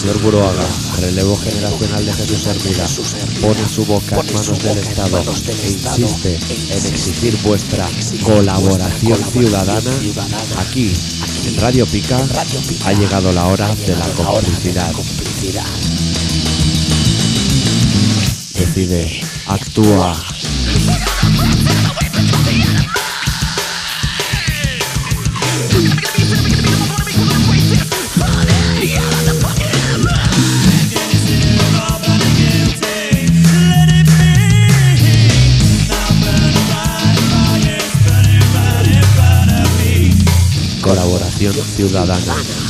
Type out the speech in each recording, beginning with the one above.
señor Buruaga, relevo generacional de Jesús Hermida, pone su boca en manos del Estado e insiste en exigir vuestra colaboración ciudadana. Aquí, en Radio Pica, ha llegado la hora de la complicidad. Decide, actúa. Colaboración ciudadana.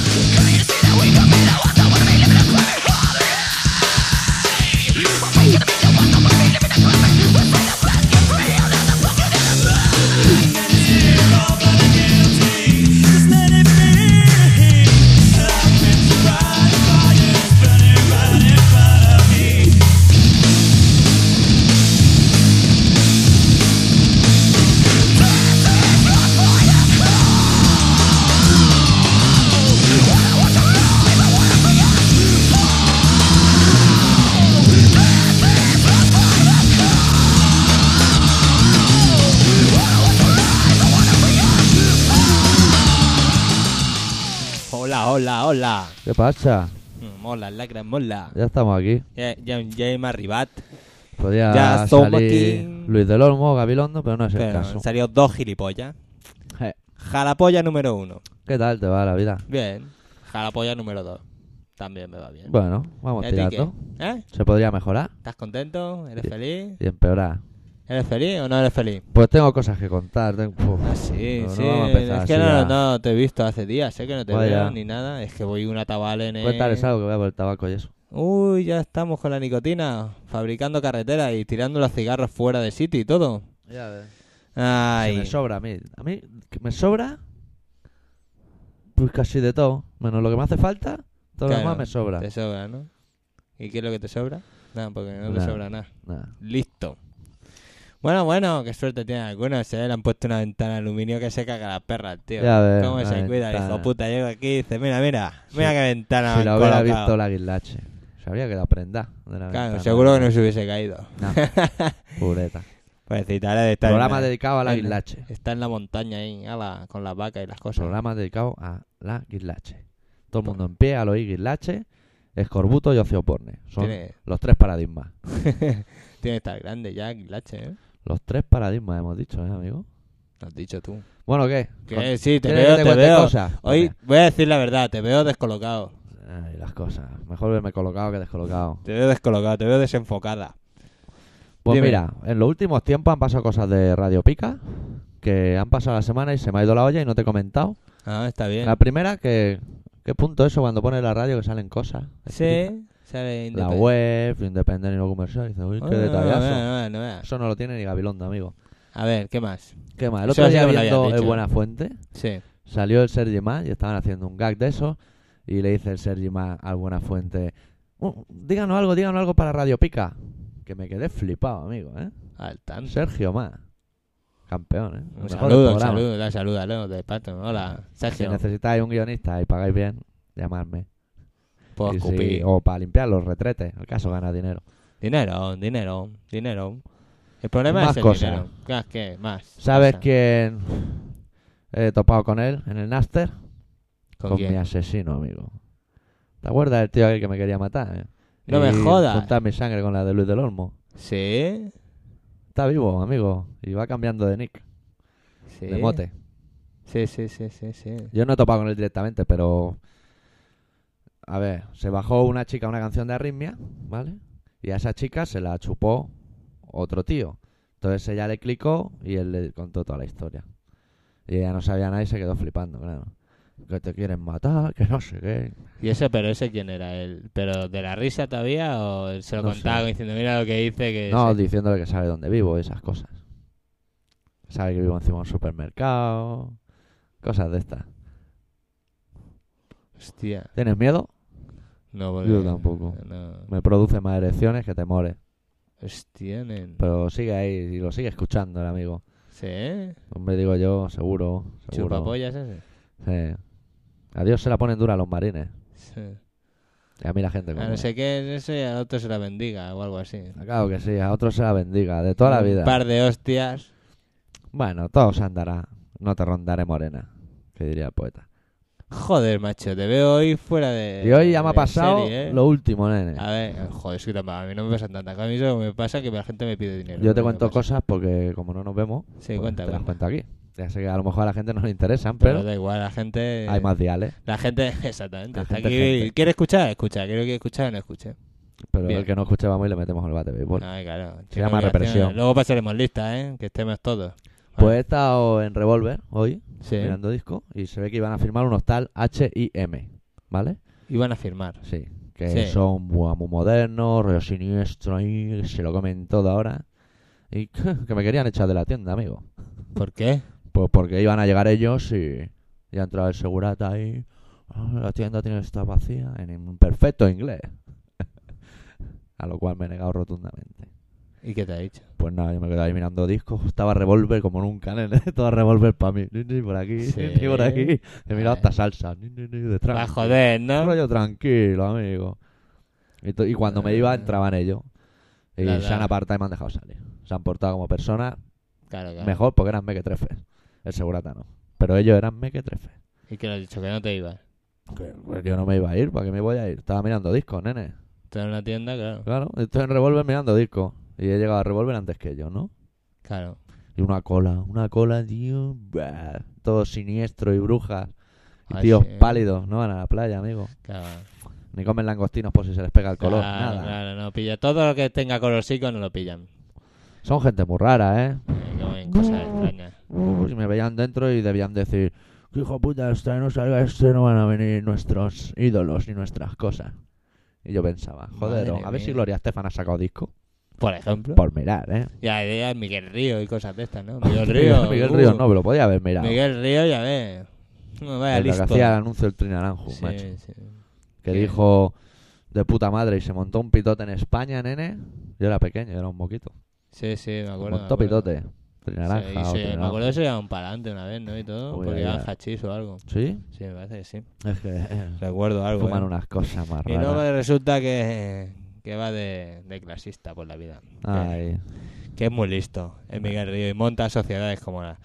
Hola. ¿Qué pasa? Mola, la gran mola. Ya estamos aquí. Ya hem arribat. Podría Ya somos salir aquí. Luis del Olmo, Gabilondo, pero no es el Pero caso. han salido dos gilipollas. Je. Jalapolla número 1. ¿Qué tal te va la vida? Bien. Jalapolla número 2. También me va bien. Bueno, vamos ¿Y a ti tirando. qué? ¿Eh? ¿Se podría mejorar ¿Estás contento? ¿Eres feliz? y empeorar? ¿Eres feliz o no eres feliz? Pues tengo cosas que contar. Uf, Sí, no sí. vamos a empezar Es que así ya. no te he visto hace días, sé que no te Vaya. veo ni nada. Es que voy una tabal en Cuéntales algo que voy a por el tabaco y eso. Uy, ya estamos con la nicotina, fabricando carreteras y tirando los cigarros fuera de sitio y todo. Ya ves. Ay, Me sobra a mí. A mí que me sobra pues casi de todo. Menos lo que me hace falta, todo lo claro, demás me sobra. Te sobra, ¿no? ¿Y qué es lo que te sobra? Nada, porque no te Nada. sobra nada. Nada. Listo. Bueno, qué suerte tienen algunos. Le han puesto una ventana de aluminio que se caga la perra, el tío. Ya ves, ¿Cómo la se cuida? ventana. Hijo puta, llego aquí y dice, mira Sí. qué ventana Si me lo han hubiera colocado. visto la guislache, se habría quedado prenda de la Claro, ventana. seguro que no se hubiese caído. No, pureta. Pues citaré de estar Programa en la- dedicado a la en- guislache. Está en la montaña ahí, con las vacas y las cosas. Programa dedicado a la guislache. Todo el mundo en pie al oír guislache, escorbuto y ocioporne. Son Tiene, los tres paradigmas. tiene que estar grande ya, Guilache, ¿eh? Los tres paradigmas hemos dicho, amigo? Lo has dicho tú. Bueno, ¿qué? Que sí, te ¿Quieres veo, que te cuente veo. cosas? Hoy Venga. voy a decir la verdad, te veo descolocado. Ay, las cosas. Mejor verme colocado que descolocado. Te veo descolocado, te veo desenfocada. Pues Dime. mira, en los últimos tiempos han pasado cosas de Radio Pica que han pasado la semana y se me ha ido la olla y no te he comentado. Ah, está bien. La primera, que ¿qué punto eso cuando pones la radio que salen cosas? Sí, sale La independ- web, independiente y no comercial. Dice, uy, qué Ah, detallazo. no veas. Eso no lo tiene ni Gabilondo, amigo. A ver, ¿qué más? ¿Qué más? El Eso otro sí día que me lo habías viendo El dicho. Buena Fuente, Sí. salió el Sergi Mas y estaban haciendo un gag de eso. Y le dice el Sergi Mas al Buena Fuente, díganos algo para Radio Pica. Que me quedé flipado, amigo, ¿eh? Al tanto. Sergio Mas. Campeón, ¿eh? El Un mejor saludo, programa. salúdalo de pato. Hola, Si Sergio. necesitáis un guionista y pagáis bien, llamadme. Puedo Y escupir. o para limpiar los retretes, al caso gana dinero. Dinero. El problema Más es el cosas. dinero. ¿Qué más? ¿Sabes Cosa. quién he topado con él en el Naster? ¿Con Con quién? mi asesino, amigo. ¿Te acuerdas del tío aquel que me quería matar? No me Y jodas. juntar mi sangre con la de Luis del Olmo. ¿Sí? Está vivo, amigo. Y va cambiando de nick, Sí. de mote. Sí. Yo no he topado con él directamente, pero... A ver, se bajó una chica una canción de Arritmia, ¿vale? Y a esa chica se la chupó otro tío. Entonces ella le clicó y él le contó toda la historia. Y ella no sabía nada y se quedó flipando, claro. Que te quieren matar, que no sé qué. ¿Y ese quién era él? ¿Pero de la risa todavía o él se lo No contaba sé. diciendo mira lo que hice que... No, sí? diciéndole que sabe dónde vivo y esas cosas. Sabe que vivo encima de un supermercado. Cosas de estas. Hostia. ¿Tienes miedo? No, porque... Yo tampoco. No. Me produce más erecciones que temores. Hostia, nen. Pero sigue ahí y lo sigue escuchando el amigo. ¿Sí? Hombre, digo yo, seguro. ¿Chupapollas ese? Sí. A Dios se la ponen dura a los marines. Sí. Y a mí la gente A come. no sé qué, eso y al otro se la bendiga o algo así. Claro que sí, a otros se la bendiga, de toda la vida. Un par de hostias. Bueno, todo se andará. No te rondaré morena, que diría el poeta. Joder, macho, te veo hoy fuera de... Y hoy ya me ha de pasado serie, ¿eh? lo último, nene. A ver, joder, es que a mí no me pasan tantas cosas. A mí solo me pasa que la gente me pide dinero. Yo te No me cuento pasa. cosas porque como no nos vemos, Sí, pues cuenta, te las cuenta. cuento aquí. Ya sé que a lo mejor a la gente no le interesan, Pero pero da igual, la gente... hay más diales. La gente, exactamente. La Está gente, aquí. gente. ¿Quiere escuchar? Escucha. ¿Quiere escuchar? No escuche. Pero Bien. el que no escuche vamos y le metemos el bate de béisbol. Ay, claro. Se llama Obligaciones. represión. Luego pasaremos lista, ¿eh? Que estemos todos. Pues he estado en Revolver hoy, Sí. mirando disco, y se ve que iban a firmar unos tal H&M, ¿vale? Iban a firmar. Sí, que Sí. son muy modernos, rollo siniestro ahí, que se lo comen todo ahora. Y que me querían echar de la tienda, amigo. ¿Por qué? Pues porque iban a llegar ellos y ya entraba el segurata ahí. "Ah, la tienda tiene que estar vacía", en un perfecto inglés. A lo cual me he negado rotundamente. ¿Y qué te ha dicho? Pues nada, yo me quedé ahí mirando discos. Estaba Revolver como nunca, nene. Todo Revolver para mí. Ni por aquí, Sí. ni por aquí. He mirado hasta salsa. Ni de Va a tranqui. joder, Un ¿no? rollo tranquilo, amigo. Y cuando me iba, entraban ellos. Y La- se han la- apartado y me han dejado salir. Se han portado como personas Claro, claro. mejor porque eran mequetrefes. El segurata no. Pero ellos eran mequetrefes. ¿Y qué le has dicho? Que no te ibas. Pues yo no me iba a ir. ¿Para qué me voy a ir? Estaba mirando discos, nene. Estás en una tienda, claro. Claro, estoy en Revolver mirando discos. Y he llegado a Revolver antes que ellos, ¿no? Claro. Y una cola, tío. Bah, todo siniestro y brujas. Y Ay, tíos sí. pálidos, no van a la playa, amigo. Claro. Ni comen langostinos por si se les pega el color, Claro, nada. claro, no pilla. Todo lo que tenga colorcico no lo pillan. Son gente muy rara, ¿eh? Comen cosas extrañas. Y me veían dentro y debían decir: "¿Qué hijo puta, hasta que no salga este no van a venir nuestros ídolos ni nuestras cosas". Y yo pensaba, joder, Madre a ver si mía. Gloria Estefan ha sacado disco. Por ejemplo. Por mirar, ¿eh? Ya, ya Miguel Río y cosas de estas, ¿no? Miguel Río. Miguel Ríos no, me lo podía haber mirado. Miguel Río, ya ves. No, vaya El que listo. hacía el anuncio del Trinaranjo, Sí, macho. sí. Que ¿Qué? dijo de puta madre y se montó un pitote en España, nene. Yo era pequeño, yo era un moquito. Sí, sí, me acuerdo. Montó pitote. Trinaranja. Sí, o sí, me Trinaranjo. acuerdo que se llevaban para adelante una vez, ¿no? Y todo. Uy, Porque ya, iban ya. hachís o algo. ¿Sí? Sí, me parece que sí. Es que Recuerdo algo. fuman ¿eh? unas cosas más Y luego raras. resulta que va de clasista por la vida. Ay, Que es muy listo, es Miguel Río. Y monta sociedades como la...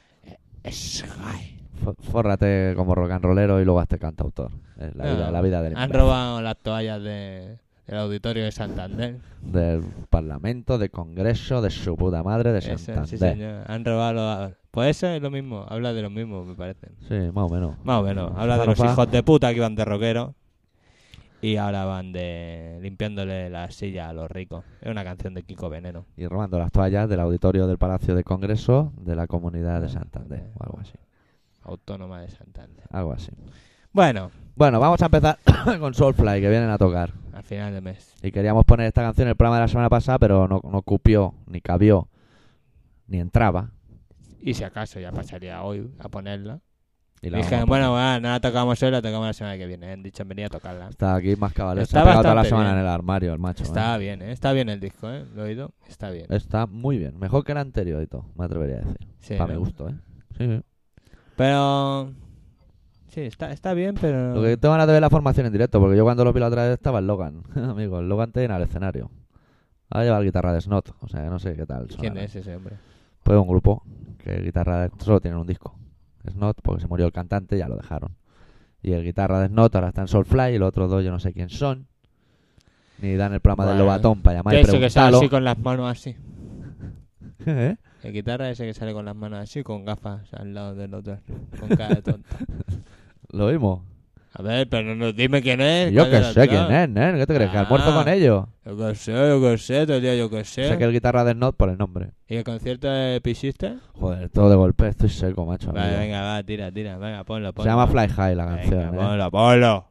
fórrate como rock and rollero y luego hazte cantautor. Es la vida del Han imbécil. robado las toallas del auditorio de Santander. Del Parlamento, del Congreso, de su puta madre, de Eso, Santander. sí, señor. Han robado... Pues eso es lo mismo, habla de lo mismo, me parece. Sí, más o menos. Más o menos, habla de los hijos de puta que iban de rockero y ahora van de limpiándole la silla a los ricos. Es una canción de Kiko Veneno. Y robando las toallas del auditorio del Palacio de Congreso de la Comunidad de Santander, o algo así. Autónoma de Santander. Algo así. Bueno, Bueno, vamos a empezar con Soulfly, que vienen a tocar. al final de mes. Y queríamos poner esta canción en el programa de la semana pasada, pero no cupió, ni cabió, ni entraba. Y si acaso ya pasaría hoy a ponerla. Y la Dije, vamos a bueno, poner. bueno, no la tocamos hoy, la tocamos la semana que viene. Han dicho, venía a tocarla. Está aquí más cabales. Se Está ha pegado toda la bastante semana bien. en el armario, el macho. Está bien, ¿eh? Está bien el disco, ¿eh? Lo he oído. Está bien. Está muy bien. Mejor que el anterior y todo, me atrevería a decir. Sí, Para ¿no? mi gusto, ¿eh? Sí, sí. Pero... Sí, está bien, pero... Lo que tengo ganas de ver la formación en directo, porque yo cuando lo vi la otra vez estaba el Logan. Amigo, el Logan te llena el escenario. Ahora lleva la guitarra de Snot, o sea, no sé qué tal. ¿Quién sonará. es ese hombre? Pues un grupo que guitarra de... solo tienen un disco. Snot, porque se murió el cantante, ya lo dejaron. Y el guitarra de Snot ahora está en Soulfly y los otros dos yo no sé quién son. Ni dan el programa del Bueno, Lobatón para llamar y Ese que sale preguntarlo. así con las manos así. ¿Eh? El guitarra ese que sale con las manos así, con gafas al lado del otro, con cara de tonto. Lo vimos. A ver, pero no, dime quién es. Yo cuál que era el sé tío. quién es, ¿eh? ¿Qué te crees? ¿Que has muerto con ellos? Yo que sé, todo el día yo que sé. Sé que el guitarra de Snot por el nombre. ¿Y el concierto de Pisiste? Joder, todo de golpe, estoy seco, macho. Vale, amigo. venga, va, tira, venga, ponlo. Se llama Fly High la canción, Venga, ¿eh? ponlo.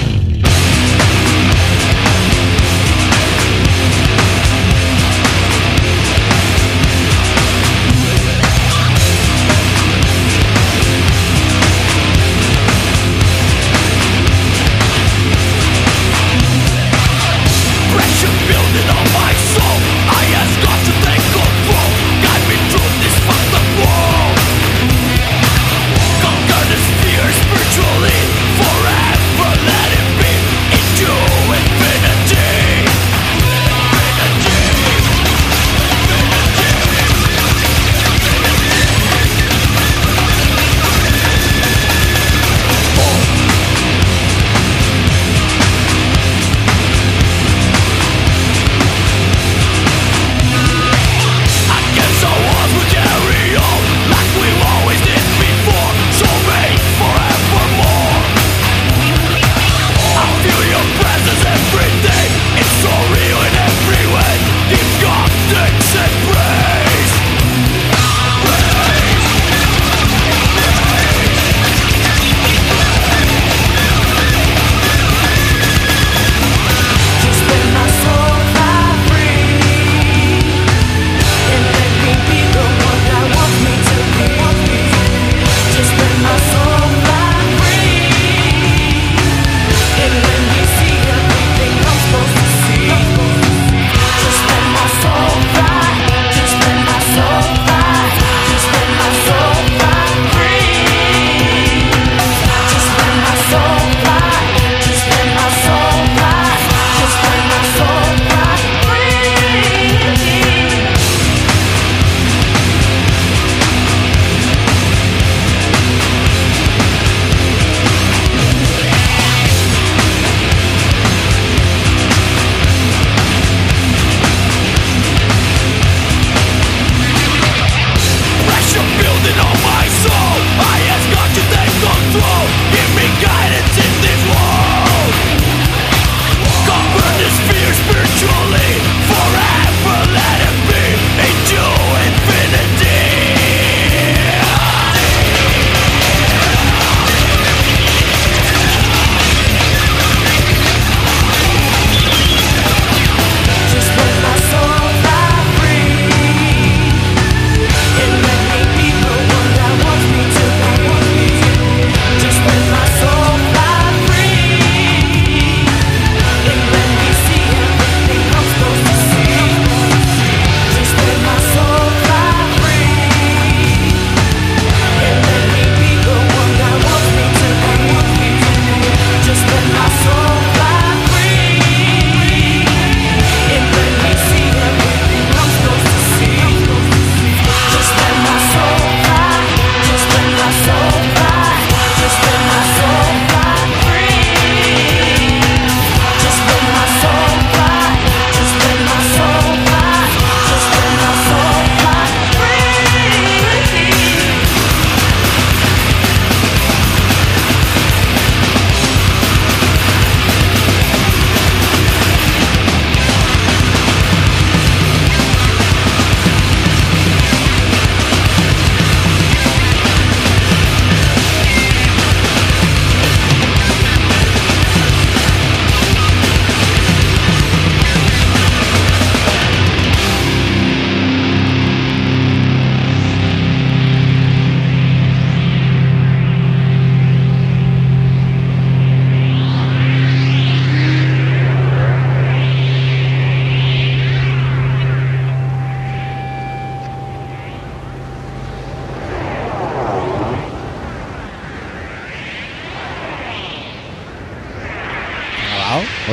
Pressure building on my soul. I has got to take control. Guide me through this fucked up world. Conquer this fear spiritually forever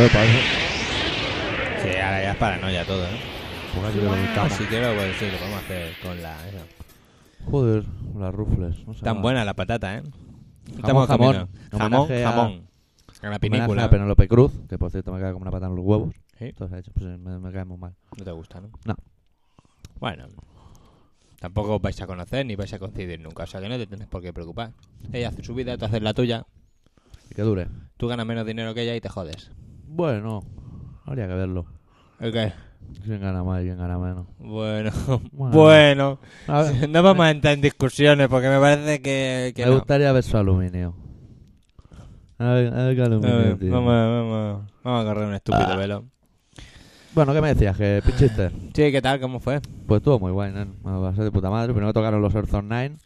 Joder, parece. Sí, ahora ya es paranoia todo, ¿eh? Ponga aquí de la cama. Si quiero, pues sí, lo podemos hacer con la... Esa. Joder, las rufles. No sé Tan nada. buena la patata, ¿eh? Jamón, Jamón. jamón. Jamón, Homenaje a- jamón. A la Homenaje pinícula. a Penélope Cruz, que por cierto me cae como una pata en los huevos. ¿Sí? Entonces, pues, me cae muy mal. No te gusta, ¿no? No. Bueno, tampoco os vais a conocer ni vais a coincidir nunca, o sea que no te tienes por qué preocupar. Ella hace su vida, tú haces la tuya, Y que dure. tú ganas menos dinero que ella y te jodes. Bueno, habría que verlo. ¿El qué? ¿Quién gana más y quién gana menos? Bueno, Bueno. bueno. A ver, No vamos a entrar en discusiones porque me parece que me no. gustaría ver su aluminio. A ver qué aluminio, tío. Vamos a correr un estúpido velo. Bueno, ¿qué me decías? ¿Que pinchiste? Sí, ¿qué tal? ¿Cómo fue? Pues estuvo muy guay, ¿no? Me va a ser de puta madre. Primero tocaron los Earthon 9.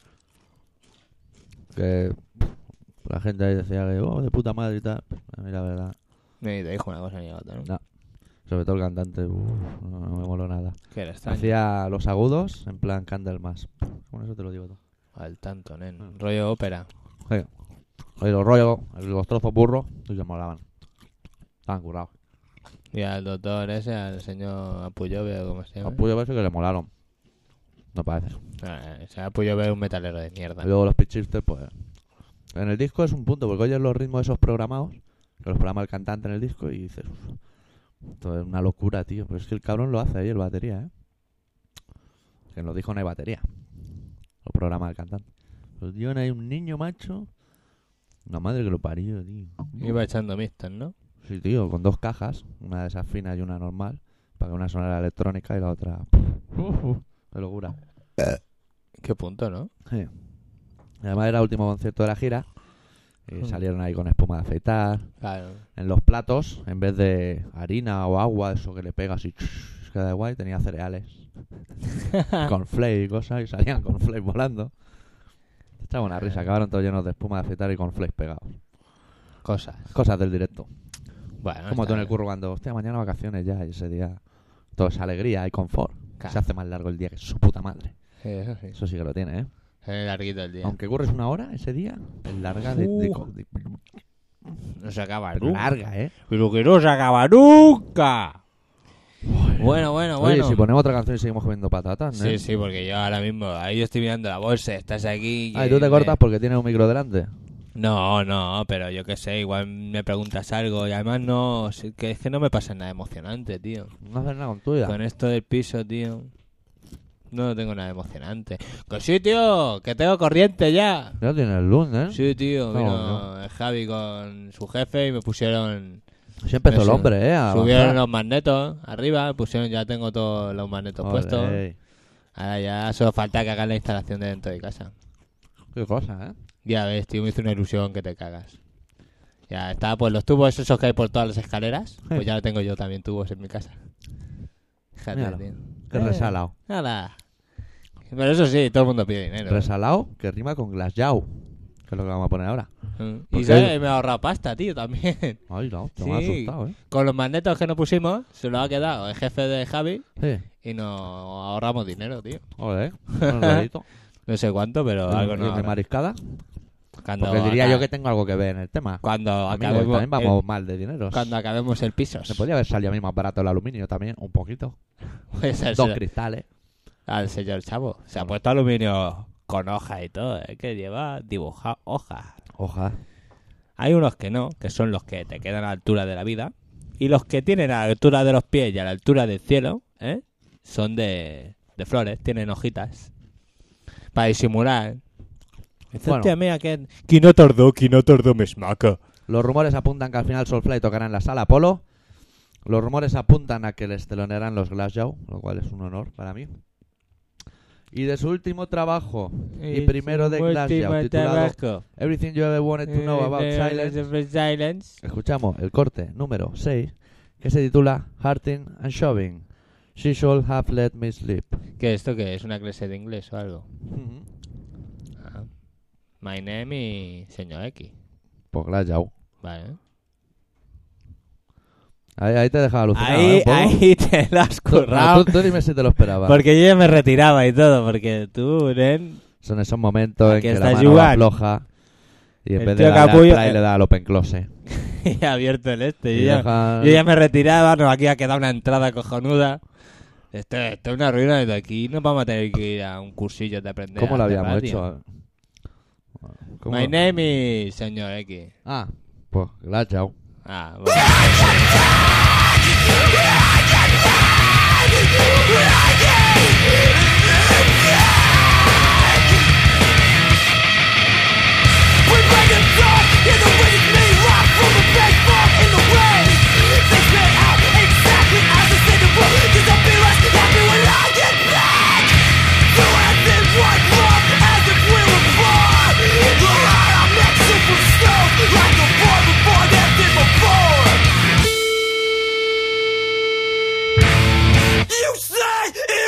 Que la gente ahí decía que, oh, de puta madre y tal. A mí la verdad, Ni te dijo una cosa ni otra, ¿no? no. Sobre todo el cantante, no me moló nada. Que era extraño. Hacía los agudos en plan Candlemas. Con eso te lo digo todo. Al tanto, nen. Rollo ópera. Sí. Oye, los rollos, los trozos burros, sí que molaban. Estaban curados. Y al doctor ese, al señor Apuyove o como se llama. A Puyo parece que le molaron. No parece. Ese Apuyove es un metalero de mierda. Y luego los pitchistes, pues... En el disco es un punto, porque oyes los ritmos esos programados, que los programa el cantante en el disco, y dices... Uf, esto es una locura, tío. Pero es que el cabrón lo hace ahí, el batería, ¿eh? Que en los discos no hay batería. Lo programa el cantante. Pero tío, hay un niño macho... Una madre que lo parió, tío. Iba echando mixtas, ¿no? Sí, tío, con dos cajas. Una de esas finas y una normal. Para que una sonara electrónica y la otra... Qué locura. Qué punto, ¿no? Sí. Además era el último concierto de la gira. Y salieron ahí con espuma de afeitar. Claro. En los platos, en vez de harina o agua, eso que le pegas y queda guay, tenía cereales. Con flake y cosas. Y salían con flake volando. Echaba una risa. Acabaron todos llenos de espuma de afeitar y con flake pegados. Cosas. Cosas del directo. Bueno, Como está tú en el bien. curro cuando, hostia, mañana vacaciones ya. Y ese día, toda esa alegría y confort. Claro. Se hace más largo el día que su puta madre. Sí, eso sí. Eso sí que lo tiene, ¿eh? Es larguito el día. Aunque curres una hora ese día, es larga de No se acaba pero nunca. larga, ¿eh? Pero que no se acaba nunca. Bueno. Oye, si ponemos otra canción y seguimos comiendo patatas, ¿no? Sí, sí, porque yo ahora mismo, ahí yo estoy mirando la bolsa, estás aquí. Ah, y tú te cortas porque tienes un micro delante. No, pero yo qué sé, igual me preguntas algo y además no, que es que no me pasa nada emocionante, tío. No haces nada con tu vida. Con esto del piso, tío, no tengo nada emocionante. Que sí, tío, que tengo corriente ya. Ya tienes luz, ¿eh? Sí, tío, No, vino el Javi con su jefe y me pusieron... Sí empezó no el sé, hombre, ¿eh? A Subieron avanzar. los magnetos arriba, pusieron, ya tengo todos los magnetos puestos. Ole, Ahora ya solo falta que hagan la instalación de dentro de casa. qué cosa, ¿eh? Ya ves, tío, me hizo una ilusión que te cagas. Ya está, pues los tubos esos que hay por todas las escaleras, pues ya tengo yo también tubos en mi casa. Fíjate, Míralo. tío. Qué resalado. Nada. Pero eso sí, todo el mundo pide dinero. Resalado que rima con Glasgow. Que es lo que vamos a poner ahora. Y Porque ¿sabes? Me he ahorrado pasta, tío, también. Ay, no, te Sí. me has asustado, ¿eh? Con los magnetos que nos pusimos, se lo ha quedado el jefe de Javi Sí. y nos ahorramos dinero, tío. Ole, un rollito. No sé cuánto, pero algo Y no. de ahorra. mariscada. Cuando Porque diría aca- yo que tengo algo que ver en el tema. Cuando Amigos, acabemos, también vamos mal de dinero. cuando acabemos el piso. Se podría haber salido a mí más barato el aluminio también, un poquito. Pues al, Dos cristales. al señor Chavo. Se ha puesto aluminio con hoja y todo, que lleva dibujado hojas. Hoja. Hay unos que no, que son los que te quedan a la altura de la vida. Y los que tienen a la altura de los pies y a la altura del cielo, son de flores, tienen hojitas. Para disimular. Bueno. Mira que... Qui no tardó més maca. Los rumores apuntan que al final Soulfly tocará en la sala Apolo. Los rumores apuntan a que les telonearán los Glasgow, lo cual es un honor para mí. Y de su último trabajo y primero de Glasgow, titulado Everything You Ever Wanted to Know About Silence, escuchamos el corte número 6, que se titula Hurting and Shoving. She should have let me sleep. ¿Qué esto qué es? ¿Una clase de inglés o algo? Ah. My name y señor X. Pues Glasgow. Vale. Ahí te dejaba alucinado. Ahí, un poco. ahí te lo has currado. Tú dime si te lo esperabas. Porque yo ya me retiraba y todo. Porque tú, nen... Son esos momentos en Aquí que está la mano va Joan. floja y en El vez de tío darle al Capullo- play le da al open close. y abierto el este. Y dejan- Yo ya me retiraba, no, aquí ha quedado una entrada cojonuda. Esto es una ruina de aquí. No vamos a tener que ir a un cursillo de aprender. ¿Cómo lo a hacer habíamos radio. hecho? ¿Cómo? My name is señor X. Ah, pues la chao. Ah, bueno. You say,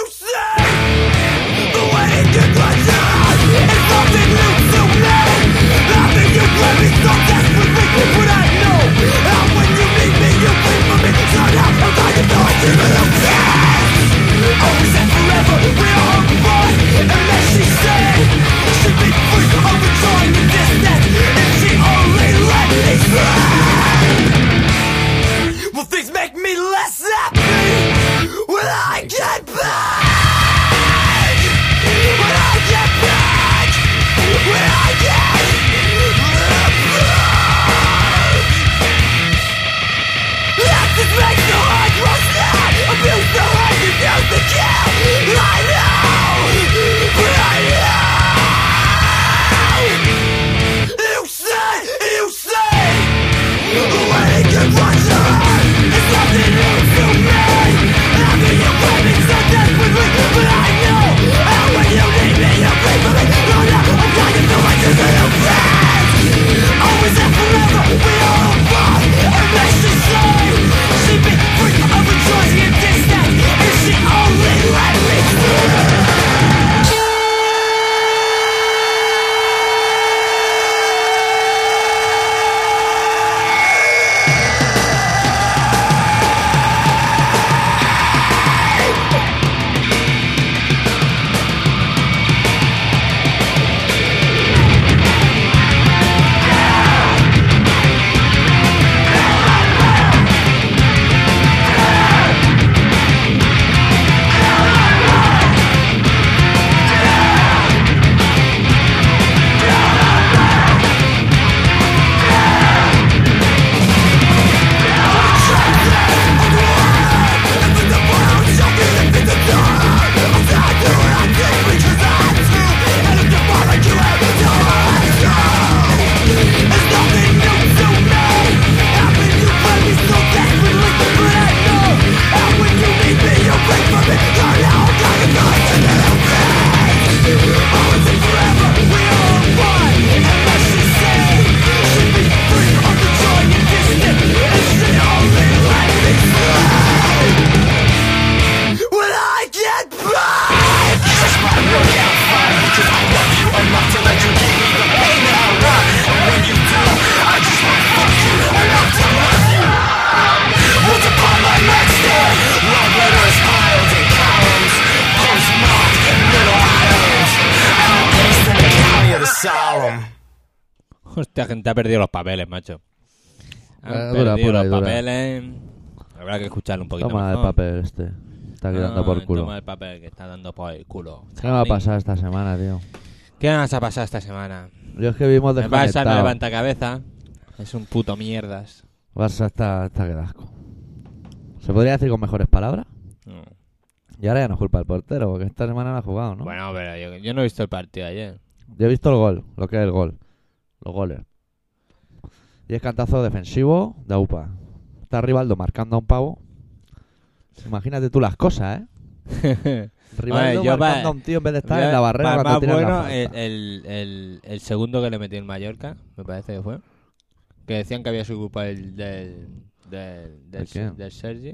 the way you control is something new to me. How can you play me so desperately? But I know how when you need me, you wait for me. So now I'm going to know it's even okay. Always and forever, we are one. Unless she said she'd be free of enjoying the distance if she only let me slide. Will things make me less happy when I get back? When I get back? When I get back? That just makes the heart rush down. Abuse the heart, refuse the kill. I know, but I know. You say, when it gets rushed on, it's something new to me. How can you play me so desperately? But I know how when you need me, you play for me. No, now I'm trying to feel like you're gonna friends. Always and forever, we are one. Unless she say she'd be free of a choice in distance if she only let me through. Hostia, gente ha perdido los papeles, macho. Han Dura, perdido pura los y dura. papeles. Habrá que escucharlo un poquito Toma el mejor. papel este. Está quedando por culo. Toma el papel que está dando por el culo. ¿Qué me va a pasar esta semana, tío? ¿Qué nos ha pasado esta semana? Yo es que vivimos El Barça no desconectados. levanta cabeza. Es un puto mierdas. Barça está que da asco. ¿Se podría decir con mejores palabras? No. Y ahora ya no es culpa del portero, porque esta semana no ha jugado, ¿no? Bueno, pero yo no he visto el partido ayer. Yo he visto el gol, lo que es el gol. Los goles. Y es cantazo defensivo de UPA. Está Rivaldo marcando a un pavo. Imagínate tú las cosas, ¿eh? Rivaldo yo marcando a un tío en vez de estar en la barrera Más cuando tiene bueno, la falta. el segundo que le metió en Mallorca, me parece que fue. Que decían que había sido culpa del quién? del Sergi.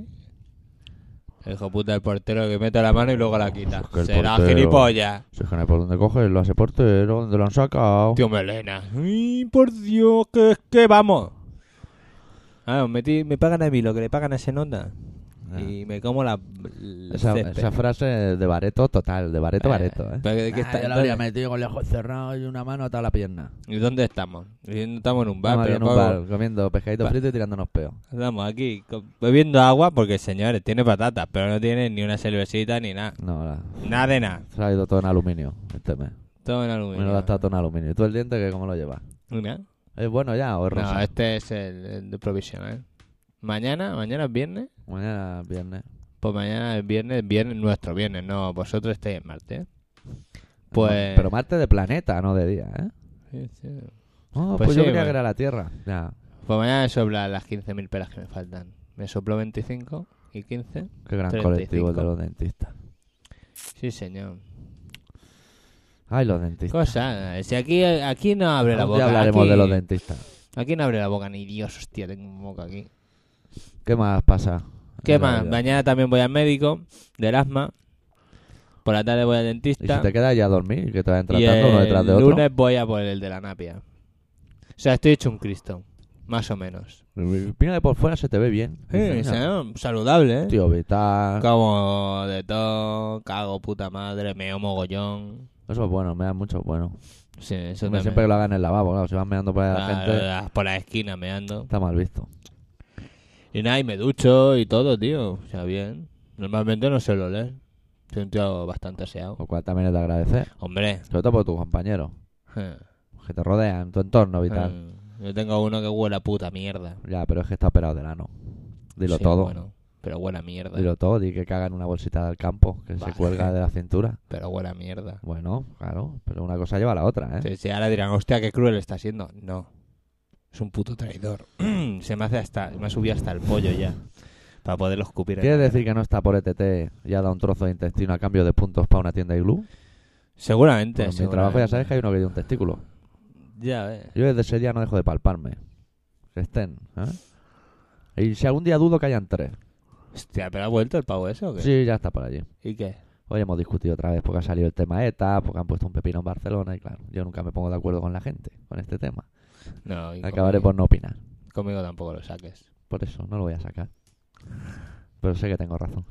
El hijo puta del portero que mete la mano y luego la quita. Es que el Será portero- gilipollas. Si es que no hay por dónde coger, lo hace portero, ¿dónde lo han sacado? Tío Melena. Ay, por Dios, que vamos. Me pagan a mí lo que le pagan a ese nota. y me como el césped. Esa frase de Bareto total, de Bareto, ¿eh? Pero ¿de qué Yo la habría metido con los ojos cerrados y una mano atada a la pierna. ¿Y dónde estamos? Estamos en un bar, Estamos aquí pero en un Pablo, bar, comiendo pescadito frito y tirándonos peos. estamos aquí bebiendo agua porque, señores, tiene patatas, pero no tiene ni una cervecita ni nada. No, Nada de nada. se ha ido todo en aluminio este mes. Todo en Me aluminio. lo he gastado todo en aluminio. ¿Y tú el diente que cómo lo llevas? ¿Una? ¿Es bueno ya o es rosa? No, este es el de provisional. Mañana es viernes. Mañana es viernes. Pues mañana es viernes, nuestro viernes, no, vosotros estáis en Marte. Pues... No, pero Marte de planeta, no de día, ¿eh? Sí, sí. Oh, Pues pues yo sí, creía bueno. que era la Tierra. Ya, Pues mañana me soplan las 15.000 pelas que me faltan. Me sopló 25 y 15. qué gran 35. colectivo el de los dentistas. Sí, señor. Ay, los dentistas. Cosa, si aquí no abre la Un día boca. hablaremos aquí, de los dentistas. Aquí no abre la boca ni Dios, hostia, tengo un moco aquí. ¿Qué más pasa? ¿Qué en la más? vida? Mañana también voy al médico del asma. Por la tarde voy al ¿Y dentista. si te quedas ya a dormir? Que te vayan Y tratando uno detrás de el otro. lunes voy a por el de la napia. O sea, estoy hecho un Cristo. Más o menos. Mira que por fuera se te ve bien. Sí, Dices, mira, señor, saludable, ¿eh? tío, vital. Como de todo, cago puta madre, meo mogollón. Eso es bueno, me da mucho bueno. Sí, eso Hombre, también. siempre que lo hagan en el lavabo, claro. Si van meando por ahí a la gente, Por la esquina meando. está mal visto. Y nada, y me ducho y todo, tío. O sea, bien. Normalmente no suelo leer. Soy un tío bastante aseado. Lo cual también es de agradecer. Hombre. Sobre todo por tus compañeros que te rodean, tu entorno vital. Yo tengo uno que huele a puta mierda. Ya, pero es que está operado del ano. Dilo Sí, todo. Bueno, pero huele a mierda. Dilo todo. Di que caga en una bolsita del campo que Vale. se cuelga de la cintura. Pero huele a mierda. Bueno, claro. Pero una cosa lleva a la otra, ¿eh? Sí, sí, ahora dirán, hostia, qué cruel está siendo. No. Es un puto traidor. Me ha subido hasta el pollo ya. Para poderlo escupir. ¿Quieres decir que no está por ETT y ha dado un trozo de intestino a cambio de puntos para una tienda iglú? Seguramente. Pues en mi trabajo ya sabes que hay uno que dio un testículo. Ya ves. Yo desde ese día no dejo de palparme. Que estén, ¿eh? Y si algún día dudo que hayan 3. Hostia, ¿pero ha vuelto el pavo ese o qué? Sí, ya está por allí. ¿Y qué? Hoy hemos discutido otra vez porque ha salido el tema ETA, porque han puesto un pepino en Barcelona y claro, yo nunca me pongo de acuerdo con la gente con este tema. No, y Acabaré por no opinar. conmigo tampoco lo saques. Por eso, no lo voy a sacar. Pero sé que tengo razón.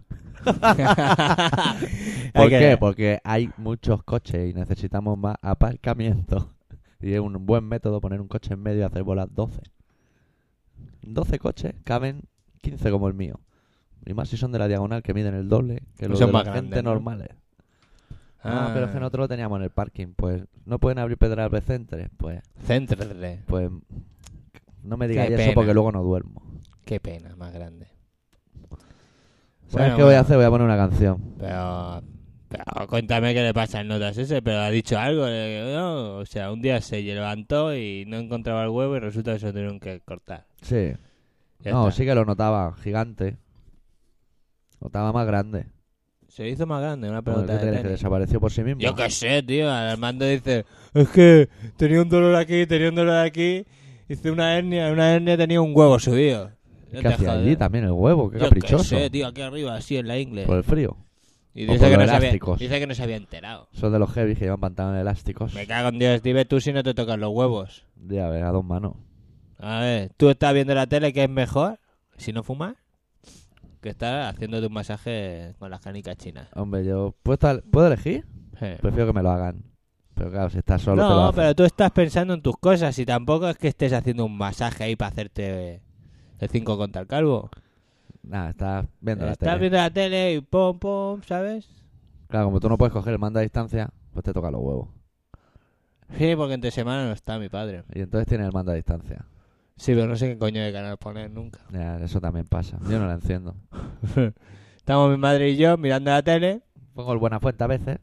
¿Por Hay que- qué? Porque hay muchos coches y necesitamos más aparcamiento. Y es un buen método poner un coche en medio y hacer volar 12. 12 coches caben 15 como el mío. Y más si son de la diagonal que miden el doble que los Son de más la gente grandes, ¿no? normales. Ah, pero es que nosotros lo teníamos en el parking. Pues no pueden abrir Pedralbes Centre. Pues Céntrate. no me digas Qué eso pena. porque luego no duermo. Qué pena, más grande. ¿Sabes Bueno, qué voy a bueno. hacer? Voy a poner una canción. Pero cuéntame qué le pasa en notas ese, pero ha dicho algo. No, o sea, un día se levantó y no encontraba el huevo y resulta que se lo tuvieron que cortar. Sí. Ya No, está. sí que lo notaba gigante. Notaba más grande. Se hizo más grande, una ¿Qué pelota de crees? ¿Que tenis. desapareció por sí mismo? Yo qué sé, tío. Armando dice, es que tenía un dolor aquí, hice una hernia tenía un huevo subido. ¿Qué No te hacía jodas. allí también el huevo? Qué Yo caprichoso. qué sé, tío, aquí arriba, así en la ingle. Por el frío. Y o dice por que, los no se había, elásticos. dice que no se había enterado. Son de los heavy que llevan pantalones elásticos. Me cago en Dios, dime tú si no te tocan los huevos. Ya, a ver, a 2 manos. A ver, tú estás viendo la tele, que es mejor, si no fumas, que estar haciéndote un masaje con las canicas chinas. Hombre, yo... ¿Puedo elegir? Prefiero que me lo hagan. Pero claro, si estás solo te lo No, hacen. pero tú estás pensando en tus cosas y tampoco es que estés haciendo un masaje ahí para hacerte el 5 contra el calvo. Nada, estás viendo la Estás tele. viendo la tele y pom, pom, ¿sabes? Claro, como tú no puedes coger el mando a distancia, pues te toca los huevos. Sí, porque entre semana no está mi padre. Y entonces tienes el mando a distancia. Sí, pero no sé qué coño de canal poner nunca. Ya, eso también pasa. Yo no la enciendo. Estamos mi madre y yo mirando la tele Pongo el Buenafuente a veces.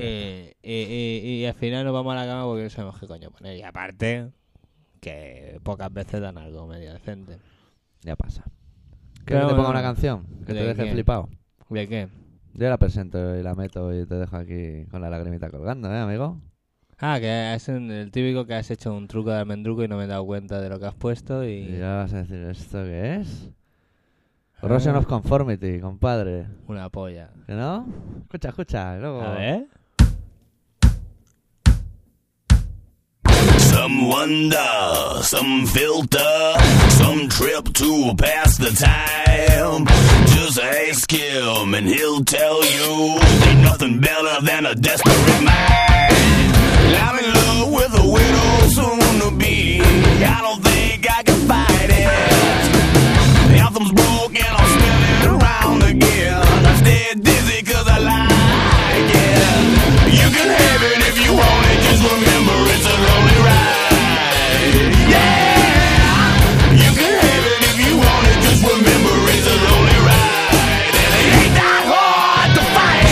y al final nos vamos a la cama porque no sabemos qué coño poner. Y aparte, que pocas veces dan algo medio decente. Ya pasa. ¿Quieres Pero que te ponga bueno, una canción? Que te ¿de deje qué? flipado. ¿De qué? Yo la presento y la meto y te dejo aquí con la lagrimita colgando, amigo? Ah, que es el típico que has hecho un truco de almendruco y no me he dado cuenta de lo que has puesto Y y... ya vas a decir, ¿esto qué es? Corrosion of Conformity, compadre. Una polla. ¿Que no? Escucha, luego... A ver... So Some wonder, some filter, some trip to pass the time. Just ask him and he'll tell you ain't nothing better than a desperate mind. I'm in love with a widow soon to be. I don't think I can fight it. The anthem's broke and I'm spinning around again. I stay dizzy cause I like it. You can have it if you want it, just remember it's a lonely ride. Yeah! You can have it if you want it, just remember it's a lonely ride. And it ain't that hard to fight.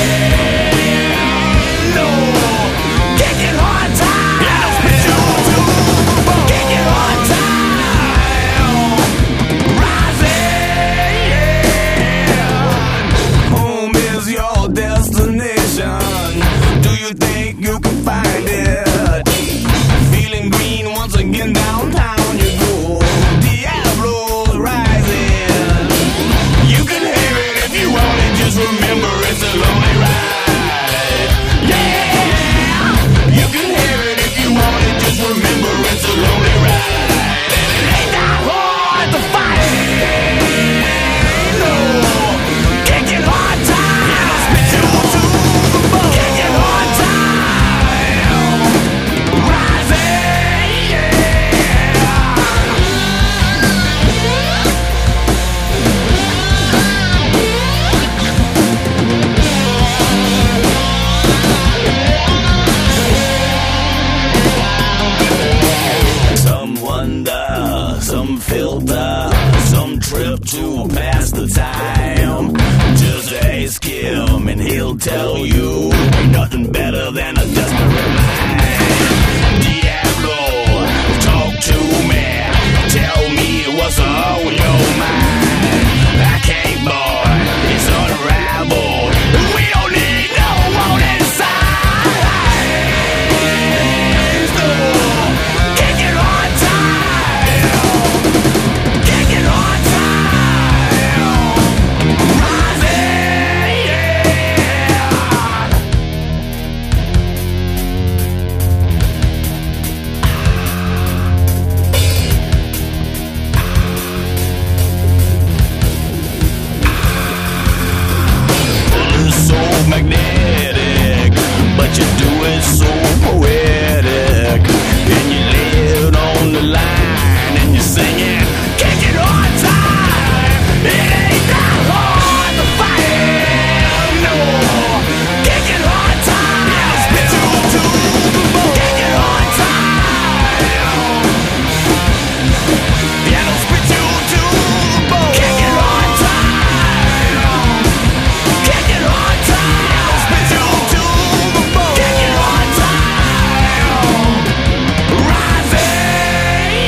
No, kicking hard time. Yeah, I'll spit you too. Kicking hard time. Rising, yeah. Home is your destination. Do you think you can find it? Feeling green once again downtown you go. Diablo's rising. You can hear it if you want it. Just remember it's a lonely ride. Yeah. You can hear it if you want it. Just remember it's a lonely ride. And it ain't that hard to fight. No. Kicking hard time. Yeah, I'll spit you to the bone. Kicking hard time. Rising, yeah. Some wonder, some filter, some trip to pass the time. Just ask him and he'll tell you ain't nothing better than a desperate mind. Diablo, talk to me, tell me what's on your mind. I can't, boy, it's unraveled. We don't need no one inside. No, kicking hard time. Kicking hard time. Rising, yeah. Pull is so magnetic, but you do it so poetic. And you lay it on the line and you sing it, kicking hard time. It ain't that hard to fight. No, kicking hard time. Yeah, I'll spit you to the bone. Kicking hard time. Yeah, I'll spit you to the bone. Kicking hard time. Kicking hard time. Yeah, I'll spit you to the bone. Kicking hard time. Rising,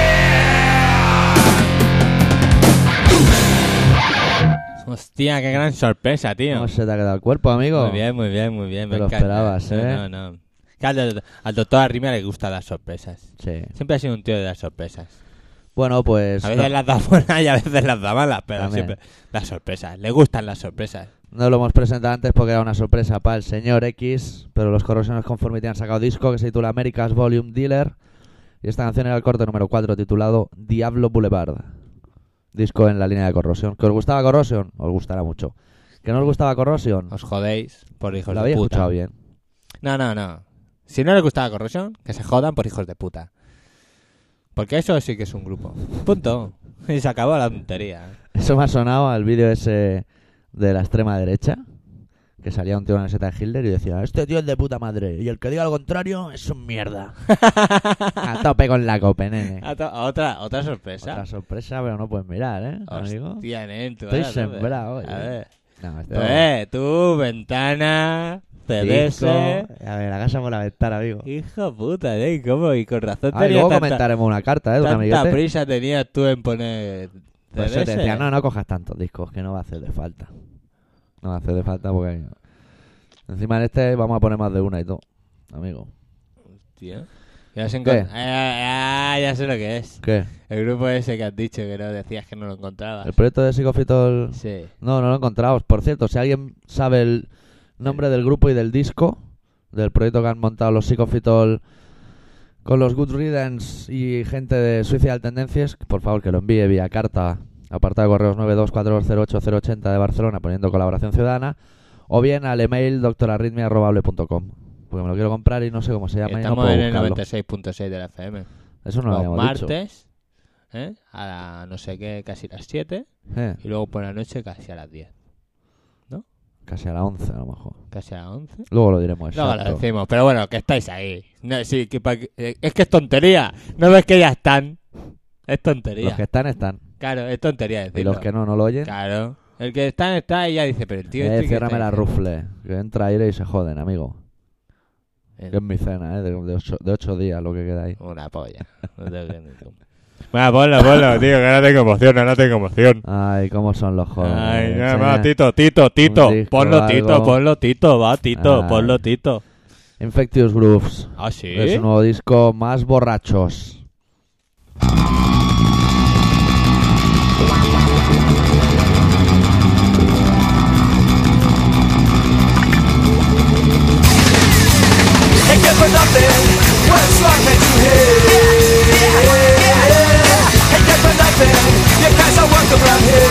yeah. Hostia, qué gran sorpresa, tío. ¿Cómo se te ha quedado el cuerpo, amigo? Muy bien, muy bien, muy bien. Te Me lo encanta. esperabas, ¿eh? No, no. Que al doctor Arrimia le gustan las sorpresas. Sí. Siempre ha sido un tío de las sorpresas. Bueno, pues A veces las da buenas y a veces las da malas, pero También. siempre las sorpresas. Le gustan las sorpresas. no lo hemos presentado antes porque era una sorpresa para el señor X, pero los Corrosion Conformity han sacado disco que se titula America's Volume Dealer y esta canción era el corte número 4 titulado Diablo Boulevard. Disco en la línea de Corrosion. ¿Que os gustaba Corrosion? Os gustará mucho. ¿Que no os gustaba Corrosion? Os jodéis por hijos Lo de habéis puta. escuchado bien. No. Si no les gustaba Corrosion, que se jodan por hijos de puta. Porque eso sí que es un grupo. Punto. Y se acabó la tontería. Eso me ha sonado al vídeo ese de la extrema derecha, que salía un tío en la seta de Hitler y decía, este tío es de puta madre, y el que diga lo contrario es un mierda. A tope con la cope, nene. Otra sorpresa. Otra sorpresa, pero no puedes mirar, ¿eh, amigo? Hostia, nen, tú Estoy vas a tope. sembrado hoy, A ver. No, esto... Tú, ventana, CDS... Disco. A ver, la casa por la ventana, amigo. Hijo puta, ¿cómo? Y con razón Ah, y tenías luego tanta, comentaremos una carta, de un tanta amiguete. prisa tenías tú en poner Pues yo te CDS. decía, no cojas tantos discos, que no va a hacer de falta. No va a hacer de falta porque... Encima en este vamos a poner más de una y todo, amigo. Hostia. Ya sé, ¿Qué? ya sé lo que es. ¿Qué? El grupo ese que has dicho que no decías que no lo encontrabas. ¿El proyecto de Psicofitol? Sí. No lo encontramos. Por cierto, si alguien sabe el nombre del grupo y del disco, del proyecto que han montado los Psicofitol con los Good Riddance y gente de Suicidal Tendencies, por favor que lo envíe vía carta, apartado de correos 924088080 de Barcelona, poniendo colaboración ciudadana, o bien al email doctorarritmia@able.com, porque me lo quiero comprar y no sé cómo se llama. Estamos y no puedo en el buscarlo. 96.6 de la FM. Eso no lo Los habíamos martes, a la no sé qué, casi las 7, dicho. y luego por la noche casi a las 10. Casi a las 11 a lo mejor. Casi a las 11. Luego lo diremos Luego exacto. lo decimos, pero bueno, que estáis ahí. No, sí, es que es tontería. ¿No ves que ya están? Es tontería. Los que están. Claro, es tontería decirlo. Y los que no lo oyen, Claro. El que está y ya dice, pero el tío... este que ciérrame está la diciendo. rufle, que entra aire y se joden, amigo. El- Que es mi cena, de 8 días lo que queda ahí. Una polla. No tengo que ni tú. Bueno, ponlo, tío, que ahora tengo emoción, Ay, cómo son los jóvenes. Ay, nada Enseña más, Tito. un disco Ponlo, o Tito, algo. ponlo, Tito. Va, Tito, Ay. ponlo, Tito. Infectious Grooves. Ah, sí. Es un nuevo disco más borrachos. Ain't good for nothing. What's wrong that you hate? Ain't good for nothing. You guys are welcome around here.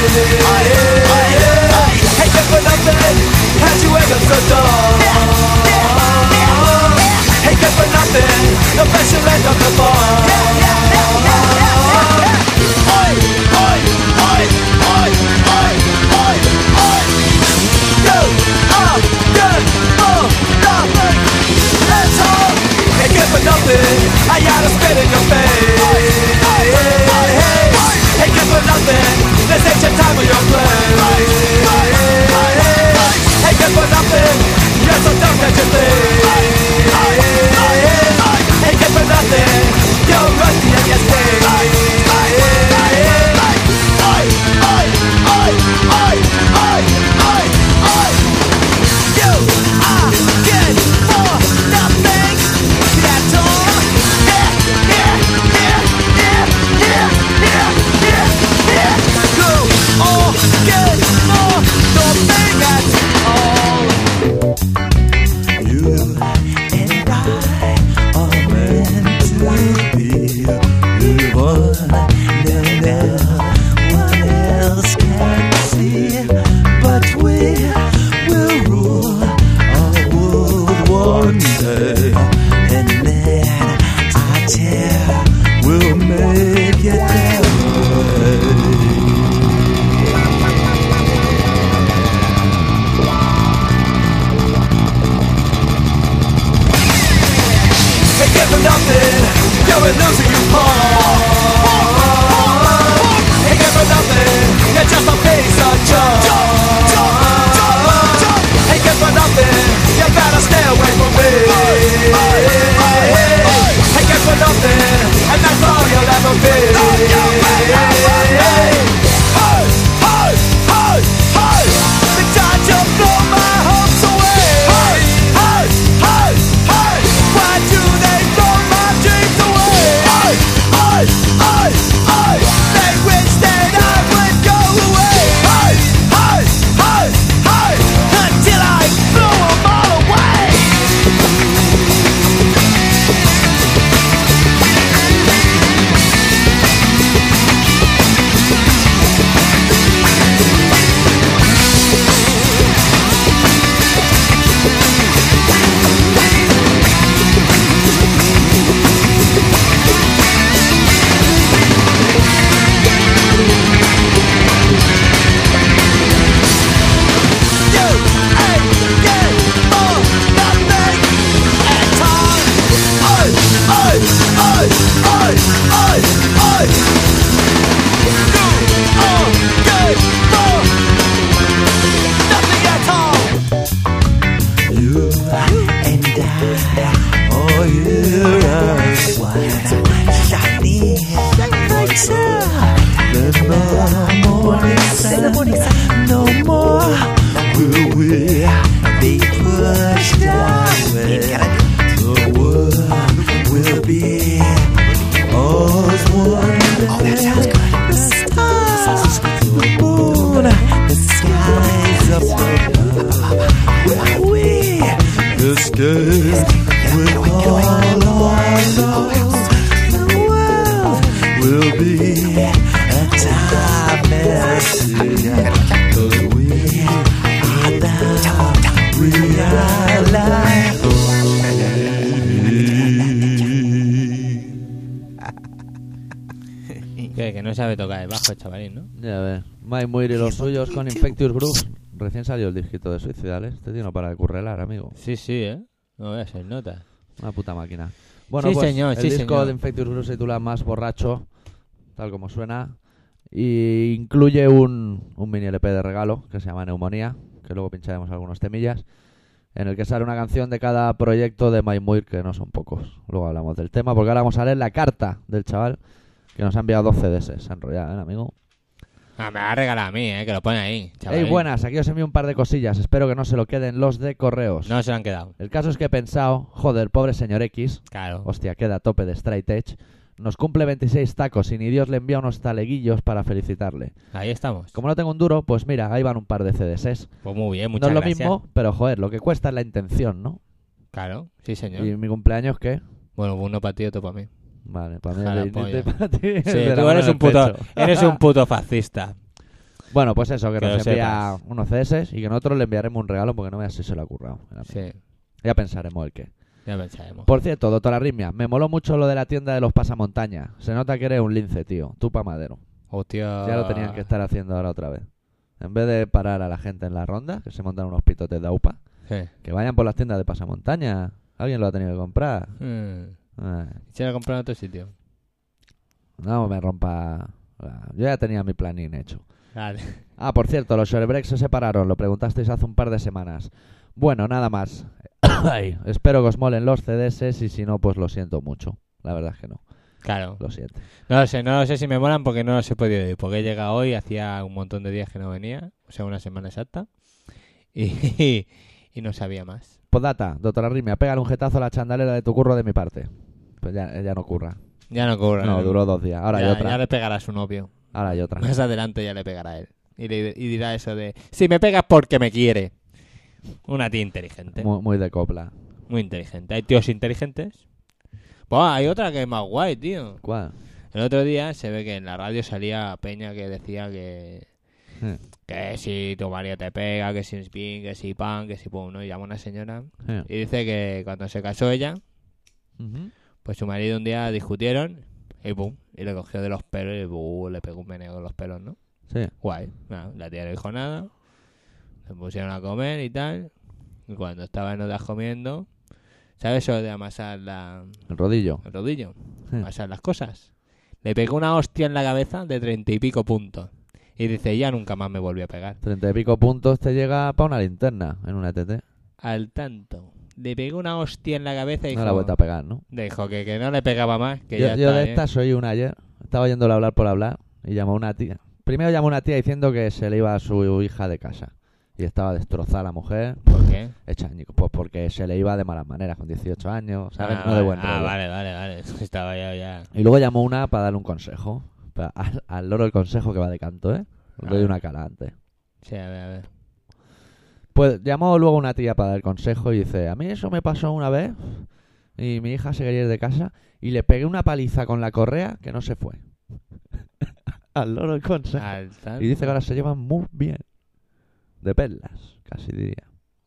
Ain't good for nothing. How'd you end up so dumb? Ain't good for nothing. The best you'll end up the bar. Oi, oi, oi, oi, oi, oi, oi. You are good for nothing. Let's all ain't good for nothing. I gotta spit in your face. Ain't good for nothing. This ain't your time or your place. Ain't good for nothing. You're so dumb that you think. Ain't good for nothing. You're rusty and you're stink. You are good for nothing. That's all. You are good for nothing at all. You and I are meant to be one that no one else can see, but we will rule our world one day, and then I tell we'll make it that way. Ain't good for nothing. You're a loser, you pawn. Ain't good for nothing. You're just a piece of junk. Ain't good for nothing. You better stay away from me. Ain't good for nothing, and that's all you'll ever be. Hey, hey, hey, hey. The time to blow my hopes away. Hey, hey, hey, hey. Why do they blow my dreams away? Hey, hey, hey, hey. They wish that I would go away. Hey, hey, hey, hey. Until I blow them all away. You ain't good for nothing at all. Oi, oi, oi, oi, oi, oi. You are good for nothing at all. You and I are here as one, shining brighter than the morning sun. No more will we be pushed away. The world will be ours one day. The stars, the moon, the skies above, where we escape with all our love. Que no sabe tocar el bajo el chavalín, ¿no? Ya ves. Mike Muir y los suyos con Infectious Grooves. Recién salió el disquito de Suicidal, ¿eh? Este tío no para de currelar, amigo. Sí, ¿eh? No veas el nota. Una puta máquina. Bueno, Sí, pues señor, el sí, disco señor. de Infectious Grooves se titula Más Borracho, tal como suena. Y incluye un mini LP de regalo que se llama Neumonía, que luego pincharemos algunos temillas, en el que sale una canción de cada proyecto de Mike Muir, que no son pocos. Luego hablamos del tema, porque ahora vamos a leer la carta del chaval, que nos ha enviado 2 CDs. Se ha enrollado, ¿eh, amigo? Ah, me va a regalar a mí, que lo pone ahí, chavalín. Ey, buenas, aquí os envío un par de cosillas. Espero que no se lo queden los de correos. No se lo han quedado. El caso es que he pensado, joder, pobre señor X, Claro. hostia, queda a tope de straight edge, nos cumple 26 tacos y ni Dios le envía unos taleguillos para felicitarle. Ahí estamos. Como no tengo un duro, pues mira, ahí van un par de CDs. Pues muy bien, No muchas es lo gracias. mismo, pero joder, lo que cuesta es la intención, ¿no? Claro, sí, señor. ¿Y mi cumpleaños qué? Bueno, uno para ti, otro para mí. Vale, para mí Ojalá, es de polla. para ti. es Sí, de la tú mano eres en un el puto, pecho. eres un puto fascista. Bueno, pues eso, que Que nos lo envía sepas. unos CS y que nosotros le enviaremos un regalo porque no veas si se lo ha currado. Sí, Ya pensaremos el qué. ya pensaremos. Por cierto, doctor Arritmia, me moló mucho lo de la tienda de los pasamontañas. Se nota que eres un lince, tío. Tú pa' madero. Hostia. Ya lo tenían que estar haciendo ahora otra vez. En vez de parar a la gente en la ronda, que se montan unos pitotes de AUPA, Sí. que vayan por las tiendas de pasamontañas. Alguien lo ha tenido que comprar. Ay, Se lo comprado en otro sitio. no me rompa... Yo ya tenía mi planín hecho. Vale. Ah, por cierto, los Shorebreaks se separaron. Lo preguntasteis hace un par de semanas. Bueno, nada más. Ay, espero que os molen los CDs y si no, pues lo siento mucho. La verdad es que no. Claro. Lo siento. No lo sé si me molan porque no los he podido ir. Porque he llegado hoy, hacía un montón de días que no venía. O sea, una semana exacta. Y no sabía más. Postdata, doctor Arritmia, pégale un jetazo a la chandalera de tu curro de mi parte. Pues ya no curra. Ya no cobra. No, duró 2 días. Ahora hay ya, otra. ya le pegará a su novio. Ahora hay otra. Más adelante ya le pegará a él. Y dirá eso de: si me pegas porque me quiere. Una tía inteligente. Muy de copla. Muy inteligente. Hay tíos inteligentes. Buah, hay otra que es más guay, tío. ¿Cuál? El otro día se ve que en la radio salía Peña que decía que si tu marido te pega, que si spin, que si pan, que si pum, ¿no? Y llama a una señora y dice que cuando se casó ella, Ujú. pues su marido un día discutieron y pum, y le cogió de los pelos y le pegó un meneo con los pelos, ¿no? Sí. Guay. Nada, la tía no dijo nada, se pusieron a comer y tal, y cuando estaban otras comiendo, ¿sabes eso de amasar El rodillo. el rodillo? Sí. Amasar las cosas. Le pegó una hostia en la cabeza de 30 y pico puntos. Y dice, ya nunca más me volvió a pegar. 30 y pico puntos te llega para una linterna en una ETT. Al tanto. Le pegó una hostia en la cabeza y No la he vuelto a pegar, ¿no? dijo que no le pegaba más. Que Yo ya de está, estas oí una ayer. Estaba oyéndolo hablar por hablar y llamó a una tía. Primero llamó a una tía diciendo que se le iba a su hija de casa. Y estaba destrozada la mujer. ¿Por qué? Hecha añicos. Pues porque se le iba de malas maneras con 18 años, ¿sabes? Ah, No de buen rollo. vale. Estaba ya. Y luego llamó una para darle un consejo. Al loro el consejo que va de canto, ¿eh? Le doy una cala antes. Sí, a ver. Pues llamó luego una tía para dar el consejo y dice, a mí eso me pasó una vez y mi hija se quería ir de casa y le pegué una paliza con la correa que no se fue. Al loro el consejo. Al tanto. Y dice que ahora se llevan muy bien. De perlas, casi diría.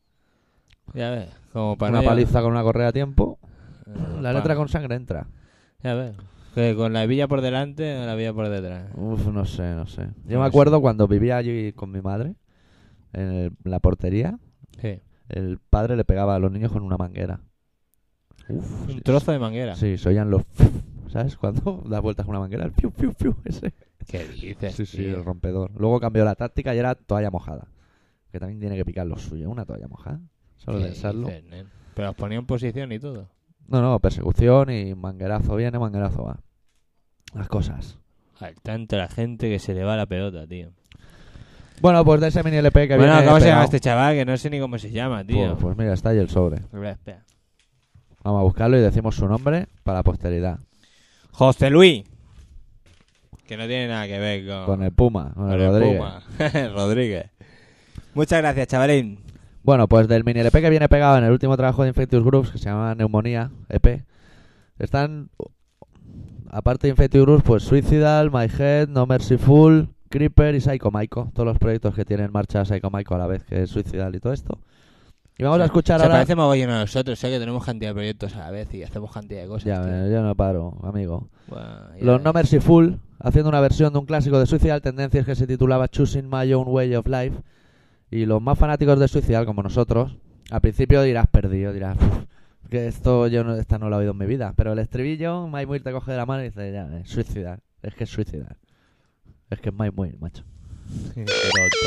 Ya ves, como para Una no paliza con una correa a tiempo, llevar- la letra con sangre entra. Ya ves. Que con la villa por delante o la villa por detrás. Uf, no sé. Yo No me sé. acuerdo cuando vivía allí con mi madre, en la portería, Sí. el padre le pegaba a los niños con una manguera. Uf, Un trozo de manguera. Sí, se oían los... ¿Sabes? Cuando das vueltas con una manguera, el piu, piu, piu, ese. ¿Qué dices? Sí, tío? el rompedor. Luego cambió la táctica y era toalla mojada. Que también tiene que picar lo suyo, una toalla mojada. Solo ¿Qué pensarlo. dices, nen? Pero os ponía en posición y todo. No, persecución y manguerazo viene, manguerazo va. Las cosas. Al tanto la gente que se le va la pelota, tío. Bueno, pues de ese mini LP que Bueno, viene ¿cómo se llama pegado. este chaval? Que no sé ni cómo se llama, tío. Pues mira, está ahí el sobre. Espera. Vamos a buscarlo y decimos su nombre para la posteridad. José Luis. Que no tiene nada que ver Con el Puma, con el con Rodríguez. Puma. Rodríguez. Muchas gracias, chavalín. Bueno, pues del mini LP que viene pegado en el último trabajo de Infectious Grooves, que se llama Neumonía EP, están, aparte de Infectious Grooves, pues Suicidal, My Head, No Merciful, Creeper y Psycho Maiko. Todos los proyectos que tienen en marcha Psycho Maiko a la vez, que es Suicidal y todo esto. Y vamos a escuchar Se ahora... parece mogollón a nosotros, que tenemos cantidad de proyectos a la vez y hacemos cantidad de cosas. Ya, tío. yo no paro, amigo. Bueno, ya Los ves. No Mercy Full, haciendo una versión de un clásico de Suicidal Tendencies que se titulaba Choosing My Own Way of Life. Y los más fanáticos de Suicidal, como nosotros, al principio dirás perdido, dirás... que esto esta no lo he oído en mi vida. Pero el estribillo, Mike Muir te coge de la mano y dice, ya, es Suicidal. Es que es Suicidal. Es que es Mike Muir, macho. Qué tonto.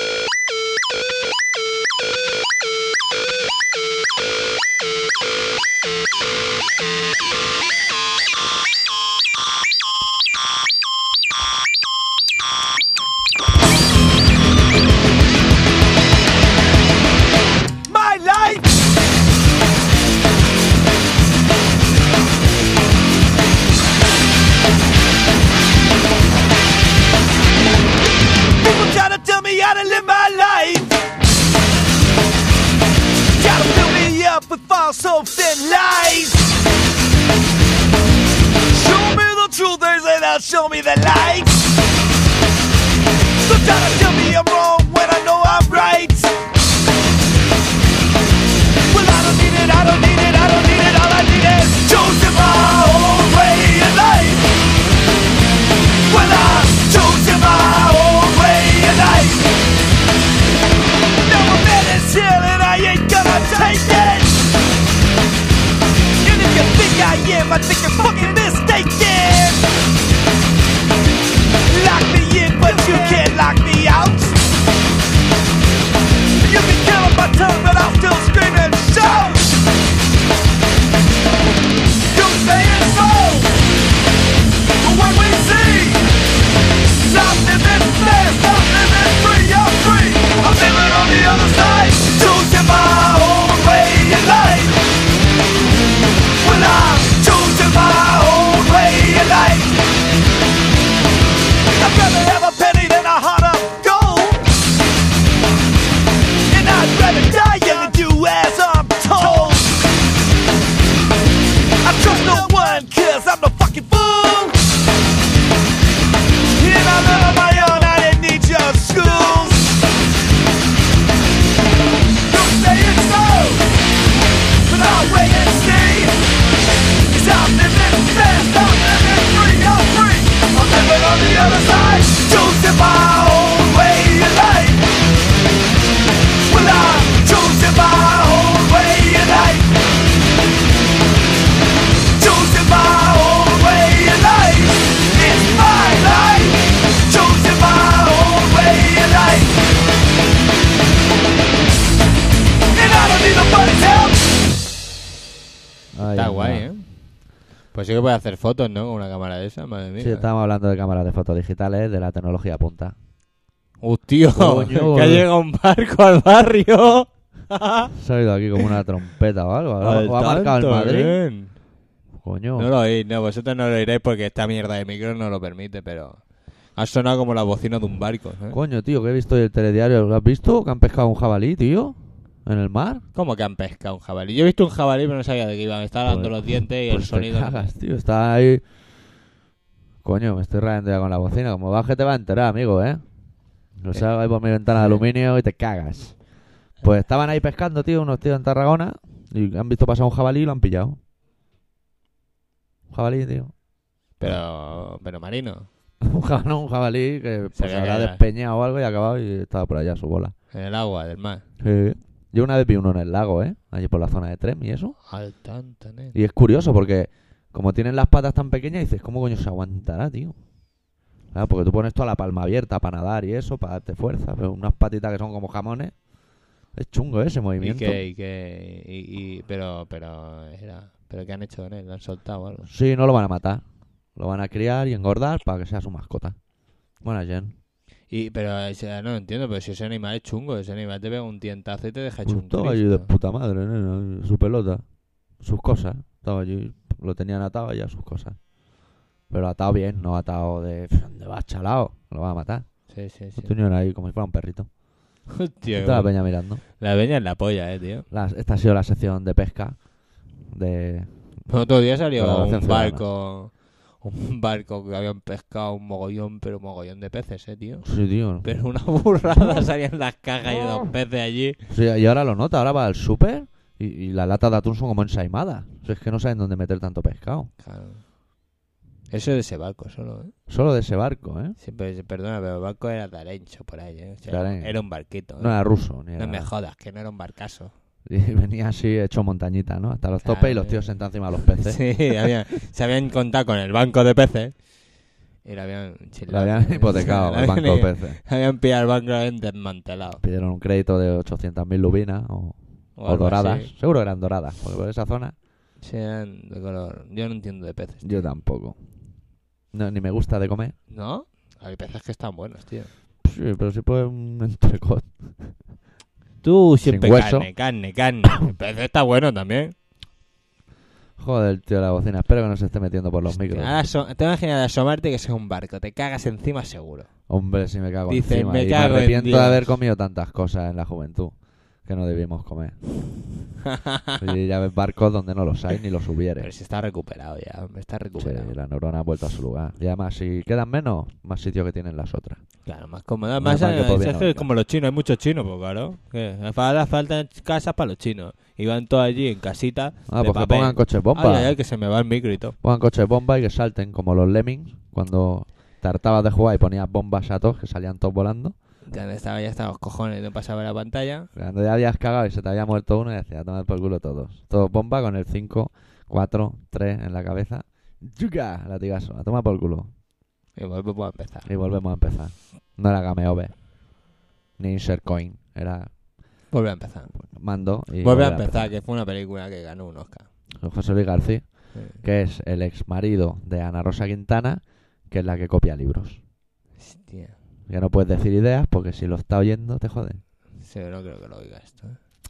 My life. People try to tell me how to live my life. Try to fill me up with false hopes and lies. Show me the truth, they say they'll show me the light. So try to tell me I'm wrong when I know I'm right. Well, I don't need it, I don't need it, I don't need it. All I need is choosing my own way of life. Well, I'm choosing my own way of life. Now I'm in this hill and I ain't gonna take it. And if you think I am, I think you're fucking mistaken. Lock me in, but you can't lock me out. You can count my tongue, but I'll still scream and shout. You say it's so, but when we see, stop living fast, stop living free, I'm free. I'm living on the other side, choosing my own way of life. Well, I'm choosing my own way of life. I'd rather have a penny than a heart of gold. And I'd rather die young than do as I'm told. I trust no one, cause I'm no fucking fool. And I learn on my own, I didn't need your schools. Don't say it's so, but I'll wait and see. Cause I'm living fast, I'm living free, I'm free. I'm living on the other side, choosing my own way of life. Well, I'm choosing my own way of life. Choosing my own way of life. It's my life. Choosing my own way of life. And I don't need nobody's help. Ay, Está anda. guay, ¿eh? Pues sí que puede hacer fotos, ¿no? Con una cámara de esa, madre mía. Sí, estábamos hablando de cámaras de fotos digitales, de la tecnología punta. ¡Hostia! Coño, Que ha llegado un barco al barrio. Se ha oído aquí como una trompeta o algo. ¿O ha marcado el tanto, Madrid? nen. Coño. No lo oís, no, vosotros no lo oiréis porque esta mierda de micro no lo permite, pero ha sonado como la bocina de un barco, ¿eh? Coño, tío, que he visto hoy el telediario. ¿Lo has visto? Que han pescado un jabalí, tío. En el mar. ¿Cómo que han pescado un jabalí? Yo he visto un jabalí, pero no sabía de qué iba. Me estaba dando Pues- los dientes y Pues el sonido. te cagas, tío. Está ahí. Coño, me estoy rayando ya con la bocina. Como baje te va a enterar, amigo, ¿eh? Lo salgo ahí por mi ventana de aluminio y te cagas. Pues estaban ahí pescando, tío, unos tíos en Tarragona. Y han visto pasar un jabalí y lo han pillado. Un jabalí, tío. Pero marino, Un jabalí que Se pues, ve habrá que- despeñado o algo y ha acabado y estaba por allá a su bola. en el agua del mar. Sí. Yo una vez vi uno en el lago, ¿eh? Allí por la zona de Trem y eso. Al tanto, nen. Y es curioso porque como tienen las patas tan pequeñas dices, ¿cómo coño se aguantará, tío? Claro, porque tú pones toda la palma abierta para nadar y eso, para darte fuerza. Pero unas patitas que son como jamones. Es chungo ese movimiento. Pero ¿qué han hecho con él? ¿Lo han soltado o algo? Sí, no lo van a matar. Lo van a criar y engordar para que sea su mascota. Buena Jen. Pero no entiendo, pero si ese animal es chungo, ese animal te pega un tientazo y te deja hecho Pues un estaba allí de Cristo. puta madre, nena. Su pelota. Sus cosas. Estaba allí. Lo tenían atado ya sus cosas. Pero atado bien, no atado de... ¿Dónde vas, chalao? Lo van a matar. Sí. Lo tenían ahí como si fuera un perrito. Hostia, Está la qué peña mirando. la peña es la polla, tío. Esta ha sido la sección de pesca de... Otro día salió Colaboración un ciudadana. barco un barco que habían pescado un mogollón, pero un mogollón de peces, tío. Sí, tío. Pero una burrada, salían las cajas y 2 peces allí. Sí, y ahora lo nota, ahora va al súper y las latas de atún son como ensaimadas. O sea, es que no saben dónde meter tanto pescado. Claro. Eso es de ese barco solo, ¿eh? Solo de ese barco, ¿eh? Sí, perdona, pero el barco era de Arencho, por ahí, ¿eh? O sea, De Arencho. era un barquito. No era ruso, ni No era... me jodas, que no era un barcazo. Y venía así hecho montañita, ¿no? Hasta los Claro, topes y los tíos sentados encima de los peces. Sí, se habían contado con el banco de peces y lo habían Lo chilado. habían hipotecado, el banco de peces. Habían pillado el banco y lo habían desmantelado. Pidieron un crédito de 800.000 lubinas o algo doradas. así. Seguro que eran doradas, porque por esa zona Sí, eran de color. Yo no entiendo de peces. yo tampoco. No, ni me gusta de comer. ¿No? Hay peces que están buenos, tío. Sí, pero si puede un entrecot. Tú siempre Sin hueso. carne. El pez está bueno también. Joder, tío, la bocina. Espero que no se esté metiendo por los micros. Ahora te imaginas de asomarte que sea un barco. Te cagas encima seguro. Hombre, si me cago Dice, encima. me Y cago en me arrepiento Dios. de haber comido tantas cosas en la juventud que no debimos comer. Y ya ves barcos donde no los hay ni los hubiere. Pero si está recuperado ya. Me está Sí, recuperado. la neurona ha vuelto a su lugar. Y además, si quedan menos, más sitio que tienen las otras. Claro, más cómodo. Menos Más mal que por bien es no que venga. como los chinos, hay muchos chinos, pues claro. Que faltan casas para los chinos. Y van todos allí en casitas. Ah, de pues que papel. pongan coches bomba. Ay, que se me va el micro y todo. Pongan coches bomba y que salten como los lemmings cuando te hartabas de jugar y ponías bombas a todos que salían todos volando. Ya estaban los cojones, no pasaba la pantalla. Cuando ya habías cagado y se te había muerto uno y decía, tomad por culo todos. Todos bomba con el 5, 4, 3 en la cabeza. ¡Yuga! Latigazo, a tomar por culo. Y volvemos a empezar. Y volvemos a empezar. No era Game Over, ni Insert Coin, era Vuelve a empezar. mando y Vuelve a volver empezar, que fue una película que ganó un Oscar. José Luis García, Sí. que es el ex marido de Ana Rosa Quintana, que es la que copia libros. Hostia. Ya no puedes decir ideas porque si lo está oyendo te joden. Sí, no creo que lo oiga esto.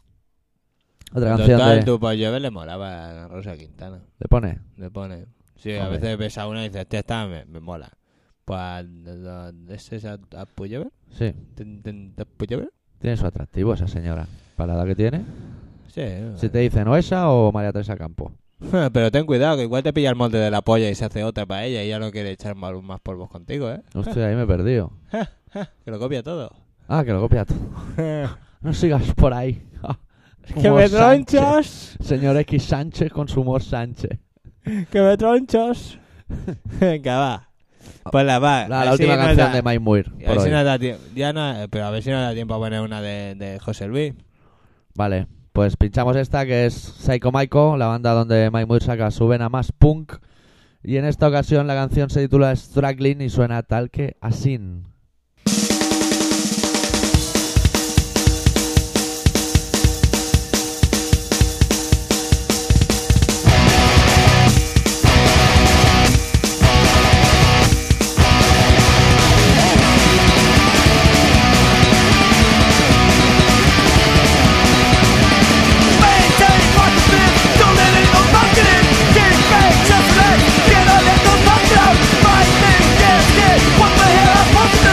Otra canción Total, de... tu pollo le molaba a Rosa Quintana. ¿Le pone? Le pone. Sí, a Hombre. veces ves a una y dices, esta me mola. Pues, ¿es esa a Puyover? Sí. ¿A Puyover? Tiene su atractivo esa señora. Para la edad que tiene. Sí. Si te dicen o esa o María Teresa Campo. Pero ten cuidado, que igual te pilla el molde de la polla y se hace otra para ella y ya no quiere echar más polvos contigo, ¿eh? Hostia, ahí me he perdido. Que lo copia todo. Ah, que lo copia todo. No sigas por ahí. ¡Que Humor me Sánchez. tronchas! Señor X Sánchez con su humor Sánchez. ¡Que me tronchas! Venga, va. Pues la va. La Así última nos canción da- de Mike Muir. A Por ver si hoy. nos da tiempo. Ya no, pero a ver si nos da tiempo a poner una de José Luis. Vale, pues pinchamos esta que es Psycho Maiko, la banda donde Mike Muir saca su vena más punk. Y en esta ocasión la canción se titula Struggling y suena tal que así. Maintain what you live, don't let anyone bucket it. Get back, just let, get on let the fuck out. My thing, get, what the hell I'm supposed to do?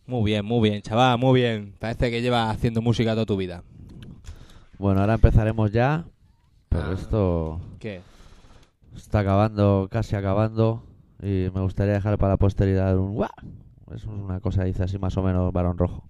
Muy bien, chaval, muy bien. Parece que llevas haciendo música toda tu vida. Bueno, ahora empezaremos ya, pero Ah. esto ¿Qué? está acabando, casi acabando, y me gustaría dejar para la posteridad un ¡guau! Es una cosa, dice así más o menos Barón Rojo.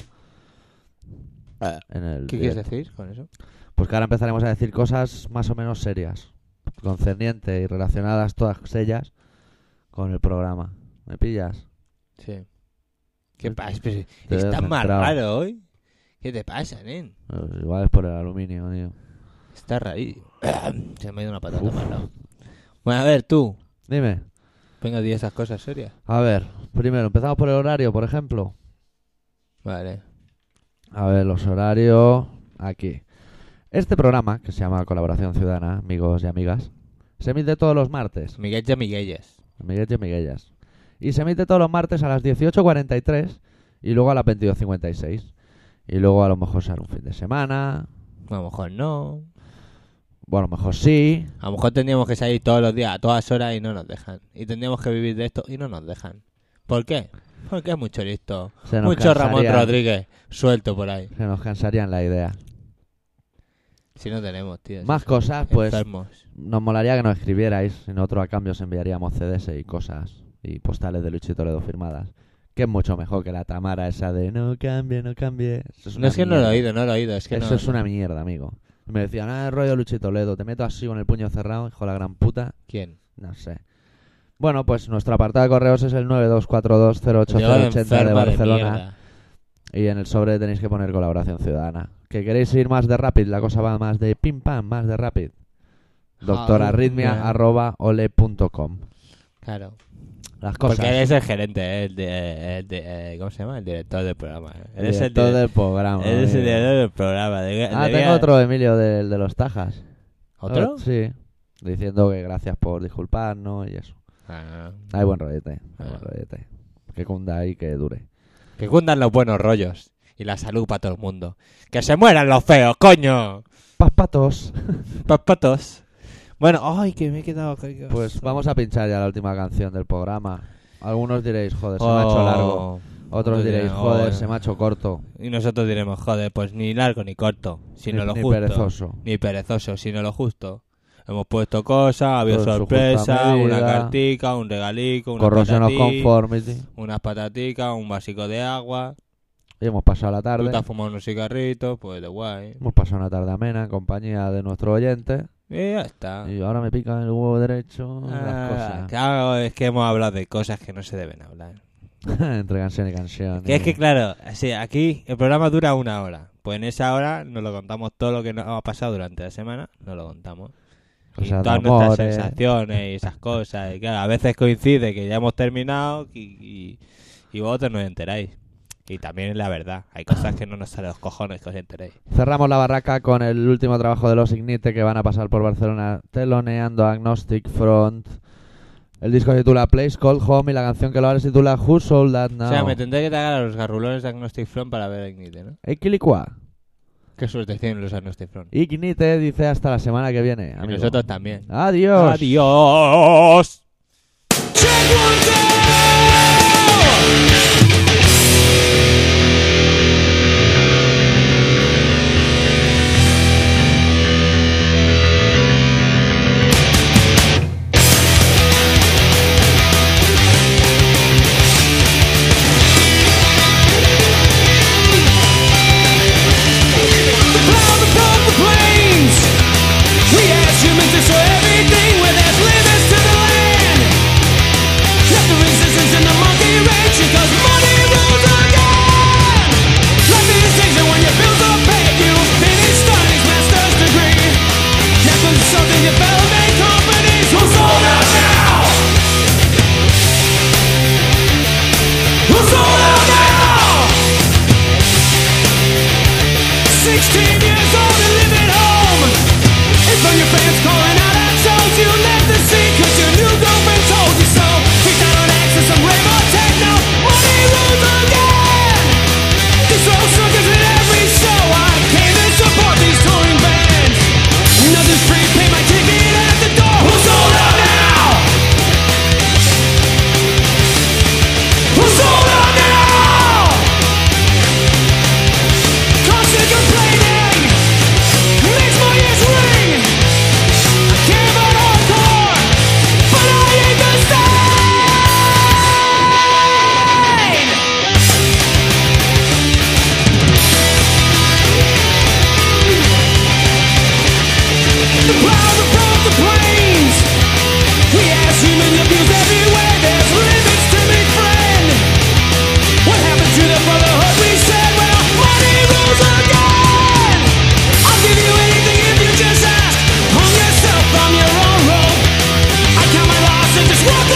En el ¿Qué quieres directo. decir con eso? Pues que ahora empezaremos a decir cosas más o menos serias, concernientes y relacionadas todas ellas con el programa. ¿Me pillas? Sí. ¿Qué pasa? Pero Te veo ¿estás más centrado. raro hoy? ¿Qué te pasa, nen? Igual es por el aluminio, tío. Está rarísimo. Se me ha ido una patata para el lado. Bueno, a ver, tú. Dime. Venga, di esas cosas serias. A ver, primero, empezamos por el horario, por ejemplo. Vale. A ver, los horarios aquí. Este programa, que se llama Colaboración Ciudadana, amigos y amigas, se emite todos los martes. Miguelles. Amiguetes y amiguellas. Y se emite todos los martes a las 18:43 y luego a las 22:56. Y luego a lo mejor sale un fin de semana. A lo mejor no. Bueno, a lo mejor sí. A lo mejor tendríamos que salir todos los días, a todas horas y no nos dejan. Y tendríamos que vivir de esto y no nos dejan. ¿Por qué? Porque es mucho listo. Se nos Mucho Ramón cansarían- Rodríguez suelto por ahí. Se nos cansarían la idea. Si no tenemos, tío. Más si cosas, somos pues enfermos. nos molaría que nos escribierais. Y nosotros a cambio os enviaríamos CDs y cosas. Y postales de Luis y Toledo firmadas. Que es mucho mejor que la Tamara esa de no cambie, no cambie. Eso es No una es que no lo he mierda. oído, es que Eso no. es una mierda, amigo. Y me decían, el rollo Luis y Toledo, te meto así con el puño cerrado, hijo de la gran puta. ¿Quién? No sé. Bueno, pues nuestro apartado de correos es el Digo, 9242088080 de enferma Barcelona. mierda. Y en el sobre tenéis que poner Colaboración Ciudadana. ¿Que queréis ir más de Rapid? La cosa va más de pim pam, más de Rapid. doctorarritmia@ole.com. Claro. Las cosas. Porque eres el gerente, ¿cómo se llama? El director del programa. Eres el Director del programa. Eres el amigo. director del programa. Tengo otro Emilio de los Tajas. ¿Otro? Sí. Diciendo que gracias por disculparnos y eso. Ah, Hay buen rollete. Hay Ah. buen rollete. Que cunda ahí, que dure. que cundan los buenos rollos. Y la salud para todo el mundo. ¡Que se mueran los feos, coño! Papatos. Papatos. Bueno, ay, que me he quedado... Pues vamos a pinchar ya la última canción del programa. Algunos diréis, joder, se me ha hecho largo. Otros diréis, joder, se me ha hecho corto. Y nosotros diremos, joder, pues ni largo ni corto, sino lo Ni justo. perezoso. Ni perezoso, sino lo justo. Hemos puesto cosas, ha habido Todo en su sorpresa, justa medida. una cartica, un regalico, una Corrosion of patatí, conformity. unas pataticas, un básico de agua. Y hemos pasado la Tú tarde. te has fumado unos cigarritos, pues de guay. Hemos pasado una tarde amena en compañía de nuestro oyente. Y ya está. Y ahora me pican el huevo derecho las Ah, cosas. claro, es que hemos hablado de cosas que no se deben hablar. Entre canción y canción. Que es que, claro, así, aquí el programa dura 1 hora. Pues en esa hora nos lo contamos todo lo que nos ha pasado durante la semana. Nos lo contamos. Y Cosas de todas nuestras amores. sensaciones y esas cosas. Y claro, a veces coincide que ya hemos terminado y vosotros no os enteráis. Y también es la verdad. Hay cosas que no nos salen los cojones que os enteréis. Cerramos la barraca con el último trabajo de los Ignite que van a pasar por Barcelona teloneando Agnostic Front. El disco se titula Place Called Home y la canción que lo abre se titula Who Sold That Now. O sea, me tendré que tragar a los garrulones de Agnostic Front para ver a Ignite, ¿no? Equilicua. Qué suerte tienen los Agnostic Front. Ignite dice hasta la semana que viene. Y amigo. nosotros también. Adiós. Adiós. Check one down. The clouds above the plains. We as humans destroy everything where there's limits to the land. Left the resistance in the monkey wrench because money rules again. Life is changing when your bills are paid. You finish studies, master's degree. Now consulting development companies who sold out now. Who sold out now? 16 years old and living home. And from your fans calling out at shows, you left the scene cause your new girlfriend told you so. Kicked out on access, some rave or techno. Money rules again. This old circus at every show. I came to support these touring bands. Nothing's free, pay my ticket at the door. Who sold out now? Who sold out now? Just walk